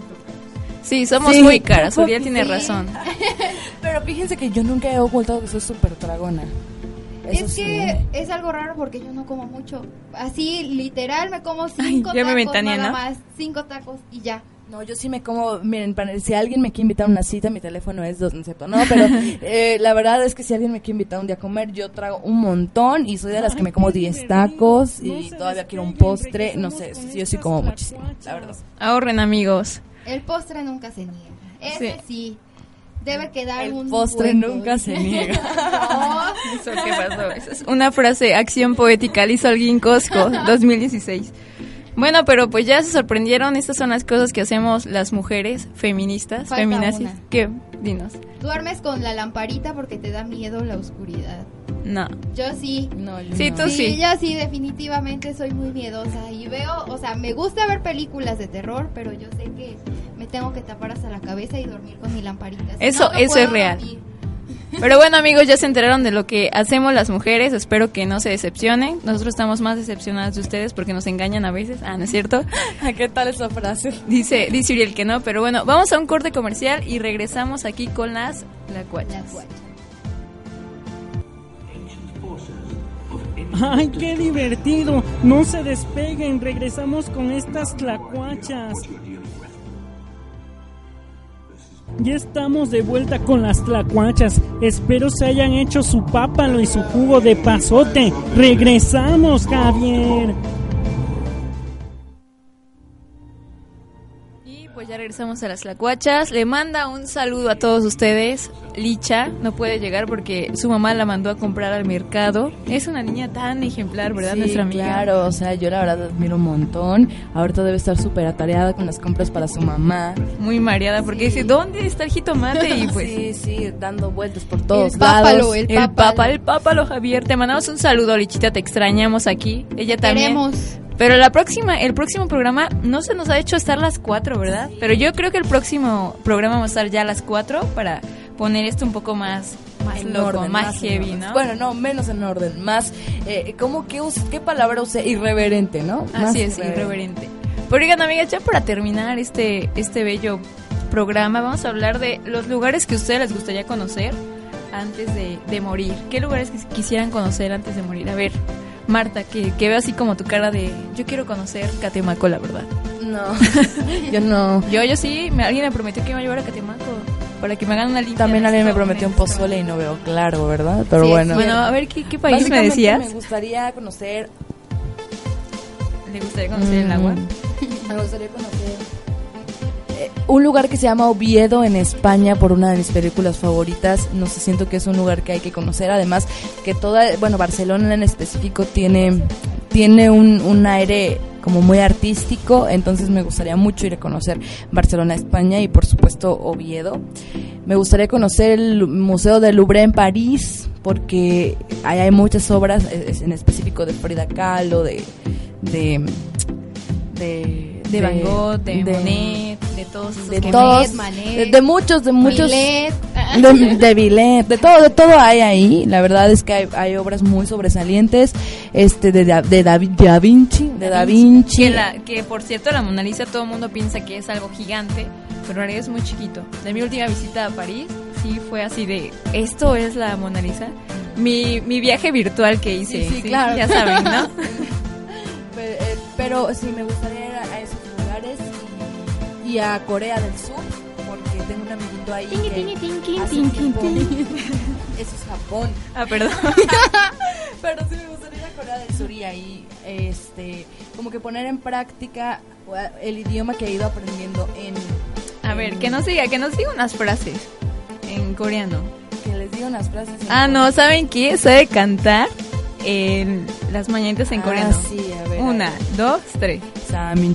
Sí, somos Sí. muy caras, Uriel tiene Sí. razón. Pero fíjense que yo nunca he ocultado que soy súper tragona. Eso Es sí. que es algo raro porque yo no como mucho. Así, literal, me como cinco Ay, ya me tacos ventaneé, nada ¿no? más. Cinco tacos y ya. No, yo sí me como, miren, para- si alguien me quiere invitar a una cita, mi teléfono es dos, no es cierto, no, pero eh, la verdad es que si alguien me quiere invitar un día a comer, yo trago un montón y soy de las que me como diez tacos y todavía quiero un postre, no sé, yo sí como muchísimo, la verdad. Ahorren, amigos. El postre nunca se niega. Ese Sí. sí. Debe quedar El un postre hueco. nunca se niega. No. ¿Eso qué pasó? Esa es una frase, acción poética, Liz Holguín Cosco, dos mil dieciséis. Bueno, pero pues ya se sorprendieron, estas son las cosas que hacemos las mujeres feministas, Falta feminazis. una. ¿Qué? Dinos. Duermes con la lamparita porque te da miedo la oscuridad. No. Yo sí. No, yo Sí, no. tú sí. yo sí, definitivamente soy muy miedosa. Y veo, o sea, me gusta ver películas de terror, pero yo sé que me tengo que tapar hasta la cabeza y dormir con mi lamparita. Si Eso- no, no eso puedo es real. dormir. Pero bueno, amigos, ya se enteraron de lo que hacemos las mujeres. Espero que no se decepcionen. Nosotros estamos más decepcionadas de ustedes porque nos engañan a veces. Ah, ¿no es cierto? ¿Qué tal esa frase? Dice, dice Uriel que no. Pero bueno, vamos a un corte comercial y regresamos aquí con las lacuachas. Las guachas. ¡Ay, qué divertido! No se despeguen, regresamos con estas tlacuachas. Ya estamos de vuelta con las tlacuachas. Espero se hayan hecho su pápalo y su jugo de pasote. Regresamos, Javier. Y pues ya regresamos a las lacuachas. Le manda un saludo a todos ustedes. Licha no puede llegar porque su mamá la mandó a comprar al mercado. Es una niña tan ejemplar, ¿verdad? Sí, Nuestra amiga. claro, o sea, yo la verdad admiro un montón. Ahorita debe estar súper atareada con las compras para su mamá. Muy mareada porque dice, ¿dónde está el jitomate? Y pues Sí, sí, dando vueltas por todos El pápalo, lados. el el pápalo. papa, el pápalo, Javier. Te mandamos un saludo, Lichita. Te extrañamos aquí. Ella también. Queremos. Pero la próxima, el próximo programa no se nos ha hecho estar las cuatro, ¿verdad? Pero yo creo que el próximo programa va a estar ya a las cuatro para poner esto un poco más, más En loco, orden, más en heavy, orden. ¿no? Bueno, no, menos en orden, más, eh, ¿cómo que us- qué palabra usé? Irreverente, ¿no? Más Así es, irreverente. Pero oigan, amigas, ya para terminar este, este bello programa, vamos a hablar de los lugares que a ustedes les gustaría conocer antes de, de morir. ¿Qué lugares quis- quisieran conocer antes de morir? A ver, Marta, que, que veo así como tu cara de, yo quiero conocer Catemaco, la verdad. No, yo no. Yo, yo sí, me, alguien me prometió que me iba a llevar a Catemaco para que me hagan una limpia. También alguien me Esto, prometió un esto. pozole y no veo claro, ¿verdad? Pero Sí, es bueno. Bueno, a ver, ¿qué, qué país me Básicamente decías? me gustaría conocer... ¿Le gustaría conocer el agua? Mm, Me gustaría conocer eh, un lugar que se llama Oviedo en España por una de mis películas favoritas. No sé, siento que es un lugar que hay que conocer. Además que toda, bueno, Barcelona en específico tiene tiene un, un aire como muy artístico, entonces me gustaría mucho ir a conocer Barcelona, España y por supuesto Oviedo. Me gustaría conocer el Museo del Louvre en París porque ahí hay muchas obras, eh, en específico de Frida Kahlo, de de de, De Van Gogh, de, Monet, de todos esos de que todos, Manet, de, de muchos, de muchos, Millet. de, de Villeneuve, de todo, de todo hay ahí. La verdad es que hay, hay obras muy sobresalientes, este, de, de, de, da, de Da Vinci, de Da Vinci. Que, la, que por cierto la Mona Lisa todo el mundo piensa que es algo gigante, pero en realidad es muy chiquito. De mi última visita a París, sí fue así de, ¿esto es la Mona Lisa? Mi, mi viaje virtual que hice, Sí, sí, sí, claro. ya saben, ¿no? Pero, eh, pero sí, me gustaría ir a, a esos lugares y, y a Corea del Sur, porque tengo un amiguito ahí Tinky, que tinky, tinky, hace tinky, tiempo- tinky. Eso es Japón. Ah, perdón. Pero sí me gustaría ir a Corea del Sur y ahí, este, como que poner en práctica el idioma que he ido aprendiendo en... A ver, que nos diga, que nos diga unas frases en coreano. Que les digo unas frases. en Ah, coreano. no, ¿saben qué? Sabe cantar en las mañanitas en Ah, coreano. sí, a ver. Una, a ver. dos, tres. Samin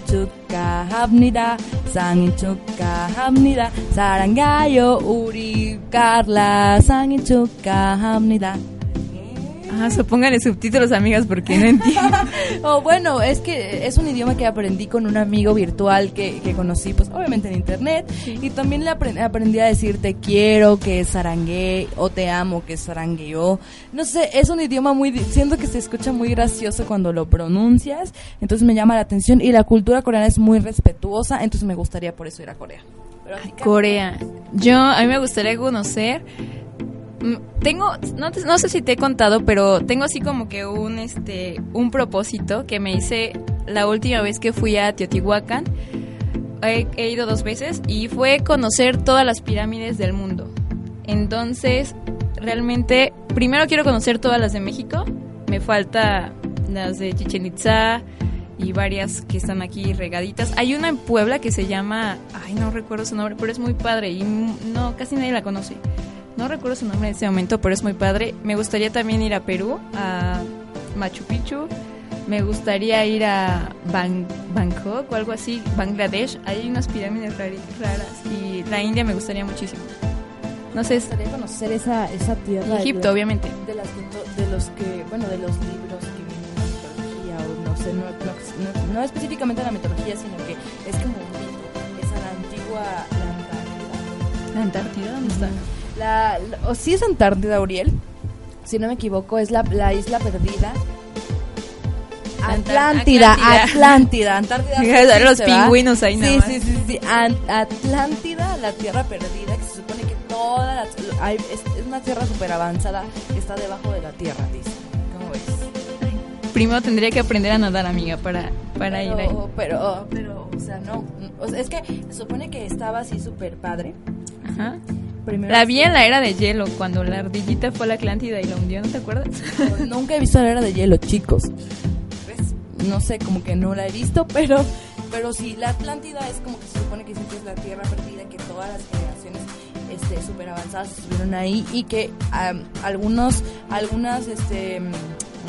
축하합니다. 생일 축하합니다. 사랑가요 우리 Carla. 생일 축하합니다. Ah, so póngale subtítulos, amigas, porque no entiendo. Oh, bueno, es que es un idioma que aprendí con un amigo virtual que, que conocí, pues obviamente en internet. Y también le aprend- aprendí a decir te quiero, que es sarangue, o te amo, que es sarangueo. No sé, es un idioma muy, di- siento que se escucha muy gracioso cuando lo pronuncias. Entonces me llama la atención y la cultura coreana es muy respetuosa, entonces me gustaría por eso ir a Corea. Pero a ti, Carla, Corea. Yo, a mí me gustaría conocer. mm, Tengo, no, te- no sé si te he contado, pero tengo así como que un, este, un propósito que me hice la última vez que fui a Teotihuacán. He, he ido dos veces y fue conocer todas las pirámides del mundo. Entonces, realmente, primero quiero conocer todas las de México. Me falta las de Chichen Itza y varias que están aquí regaditas. Hay una en Puebla que se llama, ay, no recuerdo su nombre, pero es muy padre y m- no, casi nadie la conoce. No recuerdo su nombre en este momento, pero es muy padre. Me gustaría también ir a Perú, a Machu Picchu. Me gustaría ir a Ban- Bangkok o algo así, Bangladesh. Hay unas pirámides rari- raras. Y la India me gustaría muchísimo. No sé, me es- gustaría conocer esa, esa tierra. Egipto, de, obviamente. De, las que to- de los que, bueno, de los libros que vienen en la mitología, o no sé, no, no, no, no específicamente en la mitología, sino que es como un mito. Esa la antigua, la Antártida. ¿La Antártida? ¿Dónde está? La, la- o sí es Antártida, Uriel, si no me equivoco, es la, la isla perdida. Atlántida, Atlántida. Atlántida, Antártida. sí Los existe, ¿va? pingüinos ahí nada Sí, más. sí, sí, sí. An- Atlántida, la tierra perdida, que se supone que toda la, hay, es, es una tierra súper avanzada que está debajo de la tierra, dice. ¿Cómo ves? Primero tendría que aprender a nadar, amiga, para, para ir ahí. Pero, pero, pero, o sea, no. O sea, es que se supone que estaba así súper padre. Ajá. Primero, La vi en la era de hielo, cuando la ardillita fue a la Atlántida y la hundió, ¿no te acuerdas? Nunca he visto la era de hielo, chicos. ¿Ves? No sé, como que no la he visto, pero pero sí, la Atlántida es como que se supone que siempre es la tierra perdida, que todas las generaciones este súper avanzadas estuvieron ahí y que um, algunos algunas este mm,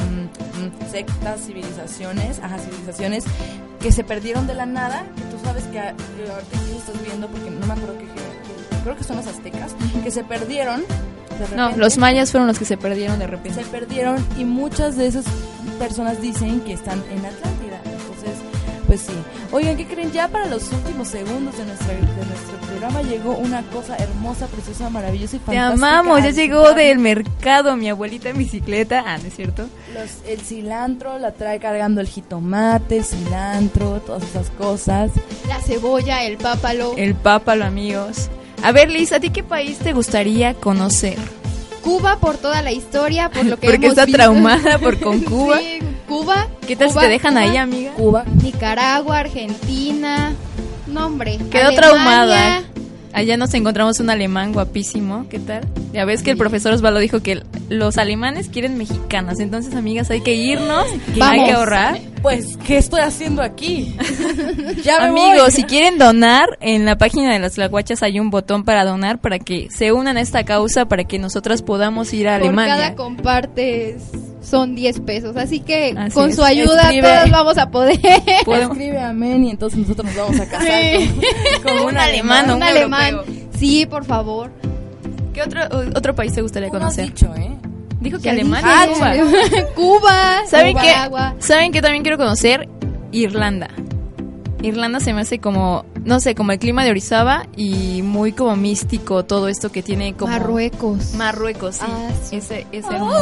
mm, sectas, civilizaciones, ajá, civilizaciones que se perdieron de la nada, que tú sabes que eh, ahorita sí estás viendo porque no me acuerdo qué generación, creo que son los aztecas, que se perdieron. de No, repente. los mayas fueron los que se perdieron de repente. Se perdieron y muchas de esas personas dicen que están en Atlántida. Entonces, pues sí. Oigan, ¿qué creen? Ya para los últimos segundos de, nuestra, de nuestro programa llegó una cosa hermosa, preciosa, maravillosa y Te fantástica. amamos, ya al llegó cigarro. del mercado mi abuelita en bicicleta. Ah, ¿no es cierto? Los- el cilantro, la trae cargando el jitomate, cilantro, todas esas cosas. La cebolla, el pápalo. El pápalo, amigos. A ver, Liz, ¿a ti qué país te gustaría conocer? Cuba por toda la historia, por lo que Porque hemos está visto. traumada por con Cuba. Sí, Cuba. ¿Qué tal Cuba, si te dejan Cuba, ahí, amiga? Cuba. Nicaragua, Argentina. No, hombre. Quedó Alemania. traumada. Allá nos encontramos un alemán guapísimo, ¿qué tal? Ya ves que el profesor Osvaldo dijo que los alemanes quieren mexicanas, entonces amigas hay que irnos, hay Vamos. que ahorrar. Pues, ¿qué estoy haciendo aquí? ya me Amigos, voy. si quieren donar, en la página de las Tlacuachas hay un botón para donar para que se unan a esta causa para que nosotras podamos ir a Por Alemania. cada compartes son diez pesos. Así que Así con es. su ayuda Escribe. todos vamos a poder. Podemos- Escribe amén y entonces nosotros nos vamos a casar Sí. Como un alemán o un un alemán. europeo. Sí, por favor. ¿Qué otro, otro país te gustaría Tú no has conocer? dicho, ¿eh? Dijo que Ya Alemania. dije. Cuba. Cuba. ¿Saben Cuba, qué? agua. ¿Saben qué también quiero conocer? Irlanda. Irlanda se me hace como no sé, como el clima de Orizaba y muy como místico todo esto que tiene como... Marruecos. Marruecos, sí. Ah, sí. Ese, ese hermoso.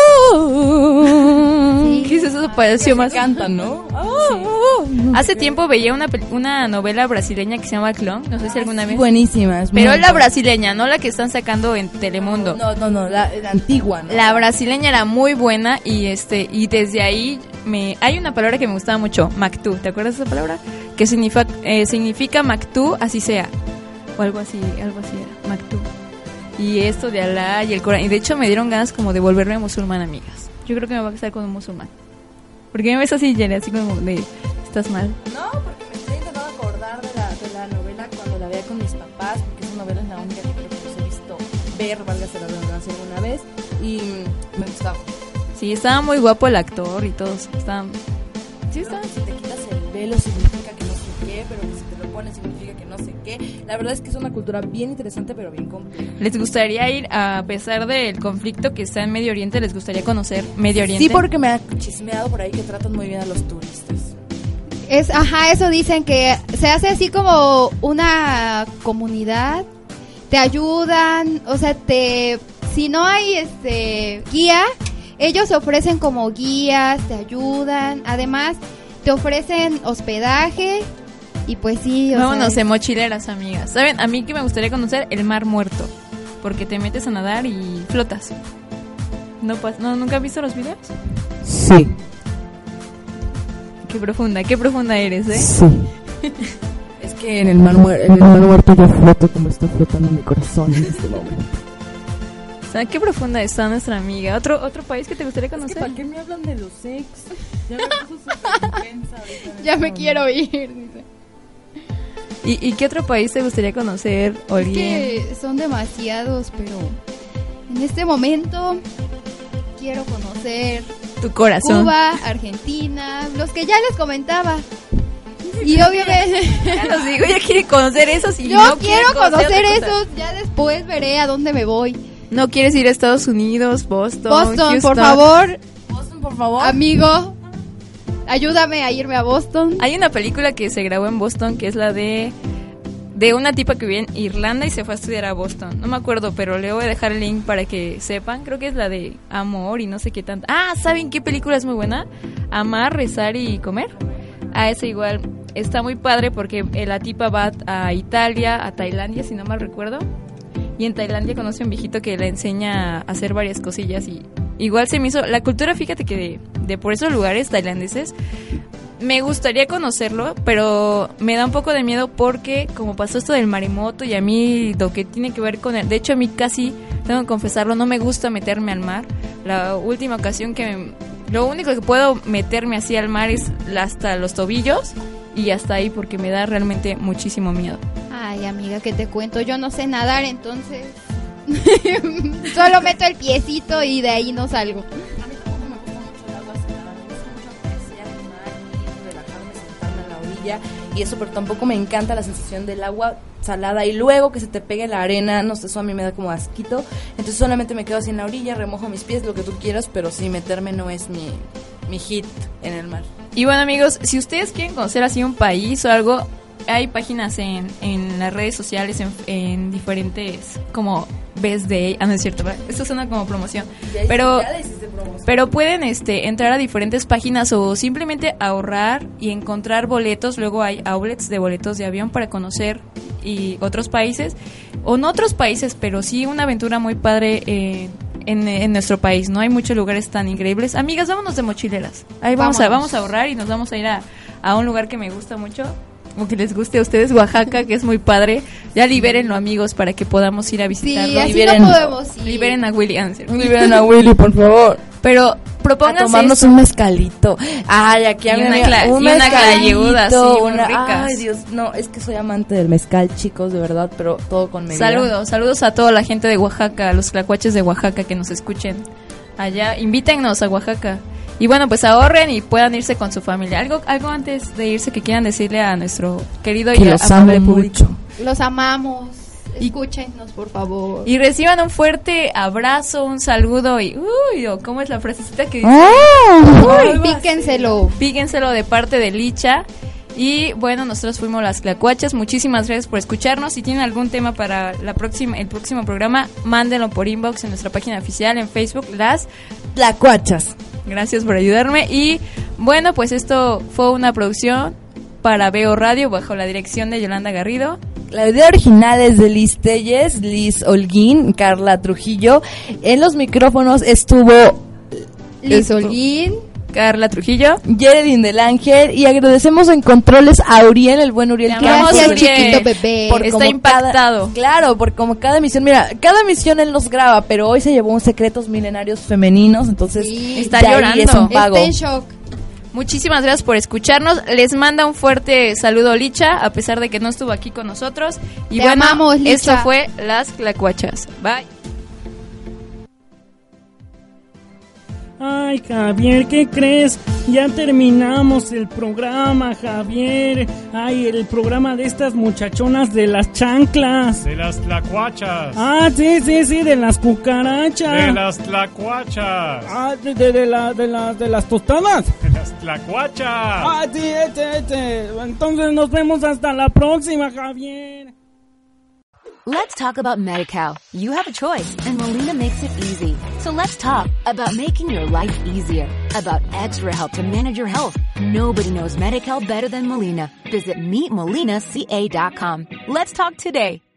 Sí. ¿Qué es eso? Pareció más... Cantan, ¿no? Sí. Hace tiempo veía una, pel- una novela brasileña que se llama Clon, no sé si alguna vez... Buenísima. Es Pero muy la buena. brasileña, no la que están sacando en Telemundo. No, no, no, la, la antigua, ¿no? La brasileña era muy buena y este y desde ahí me hay una palabra que me gustaba mucho, Mactú. ¿Te acuerdas de esa palabra? Que significa eh, significa Mactú, así sea. O algo así, algo así era, Mactú. Y esto de Alá y el Corán. Y de hecho me dieron ganas como de volverme musulmana, amigas. Yo creo que me voy a casar con un musulmán. ¿Por qué me ves así, Jenny? Así como de, ¿estás mal? No, porque me estoy intentando acordar de la, de la novela cuando la veía con mis papás, porque esa novela es la única que creo que los he visto ver, válgase la redundancia, alguna vez, y me gustaba. Sí, estaba muy guapo el actor y todos. Estaban... Sí, estaba. Si te quitas el velo significa que no sé qué, pero que si te lo pones significa que no sé qué. La verdad es que es una cultura bien interesante, pero bien compleja. ¿Les gustaría ir, a pesar del conflicto que está en Medio Oriente, les gustaría conocer Medio Oriente? Sí, porque me ha chismeado por ahí que tratan muy bien a los turistas. Es, ajá, eso dicen que se hace así como una comunidad, te ayudan, o sea, te, si no hay este guía, ellos ofrecen como guías, te ayudan, además te ofrecen hospedaje y pues sí, o Vámonos sea, en mochileras, amigas. ¿Saben? A mí que me gustaría conocer el Mar Muerto, porque te metes a nadar y flotas. ¿No, pas- no ¿Nunca has visto los videos? Sí, Qué profunda, qué profunda eres, ¿eh? sí. Es que en el mar, muer- en el mar muerto yo floto como está flotando mi corazón en este momento. O sea, qué profunda está nuestra amiga. ¿Otro otro país que te gustaría Es que conocer? ¿para qué me hablan de los ex? Ya me puso súper intensa ahorita en ya este me momento. quiero ir, dice. ¿Y, ¿Y qué otro país te gustaría conocer, Es Olguín? que son demasiados, pero en este momento quiero conocer Tu corazón. Cuba, Argentina, los que ya les comentaba. Y obviamente Ya los digo, ya quiere conocer esos y yo no quiero quiere conocer otra cosa. esos, ya después veré a dónde me voy. No quieres ir a Estados Unidos, Boston, Boston, por Houston? favor, Boston, por favor. amigo, ayúdame a irme a Boston. Hay una película que se grabó en Boston que es la de de una tipa que vive en Irlanda y se fue a estudiar a Boston. No me acuerdo, pero le voy a dejar el link para que sepan. Creo que es la de Amor y no sé qué tanto. Ah, ¿saben qué película es muy buena? Amar, rezar y comer. Ah, esa igual está muy padre porque eh, la tipa va a Italia, a Tailandia, si no mal recuerdo. Y en Tailandia conoce a un viejito que le enseña a hacer varias cosillas y igual se me hizo... La cultura, fíjate que de, de por esos lugares tailandeses me gustaría conocerlo, pero me da un poco de miedo porque como pasó esto del maremoto y a mí lo que tiene que ver con el... De hecho, a mí casi, tengo que confesarlo, no me gusta meterme al mar. La última ocasión que me... Lo único que puedo meterme así al mar es hasta los tobillos y hasta ahí porque me da realmente muchísimo miedo. Ay, amiga, ¿qué te cuento? Yo no sé nadar, entonces solo meto el piecito y de ahí no salgo. A mí tampoco me gusta mucho el agua salada, me gusta mucho apreciar el mar y relajarme, sentarme en la orilla y eso, pero tampoco me encanta la sensación del agua salada y luego que se te pegue la arena, no sé, eso a mí me da como asquito, entonces solamente me quedo así en la orilla, remojo mis pies, lo que tú quieras, pero sí, meterme no es mi, mi hit en el mar. Y bueno, amigos, si ustedes quieren conocer así un país o algo, hay páginas en, en las redes sociales, en, en diferentes, como Best Day, ah, no es cierto, ¿verdad? Esto suena como promoción, Ya, pero... ya le hiciste promoción. Pero pueden este, entrar a diferentes páginas o simplemente ahorrar y encontrar boletos. Luego hay outlets de boletos de avión para conocer y otros países. O no otros países, pero sí una aventura muy padre eh, en, en nuestro país. No hay muchos lugares tan increíbles. Amigas, vámonos de mochileras. Ahí vamos, a, Vámonos. vamos a ahorrar y nos vamos a ir a, a un lugar que me gusta mucho. O que les guste a ustedes, Oaxaca, que es muy padre. Ya libérenlo, amigos, para que podamos ir a Sí, visitarlo. así liberen, no podemos ir. liberen a Willy Ansel. Liberen a Willy, por favor. Pero A propónganse tomarnos esto. un mezcalito. Ay, aquí a Y mi una amiga, cla- un y una mezcalito, clayuda, sí, muy una- ricas. Ay, Dios, no, es que soy amante del mezcal, chicos, de verdad, pero todo con medida. Saludos, saludos a toda la gente de Oaxaca, a los tlacuaches de Oaxaca que nos escuchen allá. Invítennos a Oaxaca. Y bueno, pues ahorren y puedan irse con su familia. Algo algo antes de irse que quieran decirle a nuestro querido Que y los amable amo público. mucho. Los amamos. Y- Escúchenos, por favor. Y reciban un fuerte abrazo, un saludo y... Uy, o ¿cómo es la frasecita que dice? Ah. Uy, píquenselo. Píquenselo de parte de Licha. Y bueno, nosotros fuimos las Tlacuachas. Muchísimas gracias por escucharnos. Si tienen algún tema para la próxima, el próximo programa, mándenlo por inbox en nuestra página oficial en Facebook, Las Tlacuachas. Gracias por ayudarme. Y bueno, pues esto fue una producción para Veo Radio bajo la dirección de Yolanda Garrido. La idea original es de Liz Telles, Liz Holguín, Carla Trujillo. En los micrófonos estuvo Liz Holguín, Carla Trujillo, Yeredin del Ángel, y agradecemos en controles a Uriel, el buen Uriel. Te amamos, gracias, Uriel. chiquito bebé. Por Está como impactado. cada- claro, porque como cada emisión, mira, cada emisión él nos graba, pero hoy se llevó un Secretos Milenarios Femeninos, entonces Sí. Está de ahí llorando. es un pago. Está en shock. Muchísimas gracias por escucharnos. Les manda un fuerte saludo Licha, a pesar de que no estuvo aquí con nosotros. Y Te bueno, amamos, Licha. esto fue Las Tlacuachas. Bye. Ay, Javier, ¿qué crees? Ya terminamos el programa, Javier. Ay, el programa de estas muchachonas de las chanclas. De las tlacuachas. Ah, sí, sí, sí, de las cucarachas. De las tlacuachas. Ah, de, de, de, la, de, la, de las tostadas. De las tlacuachas. Ah, sí, este, este. Entonces nos vemos hasta la próxima, Javier. Let's talk about Medi-Cal. You have a choice, and Molina makes it easy. So let's talk about making your life easier, about extra help to manage your health. Nobody knows Medi-Cal better than Molina. Visit meet molina c a dot com. Let's talk today.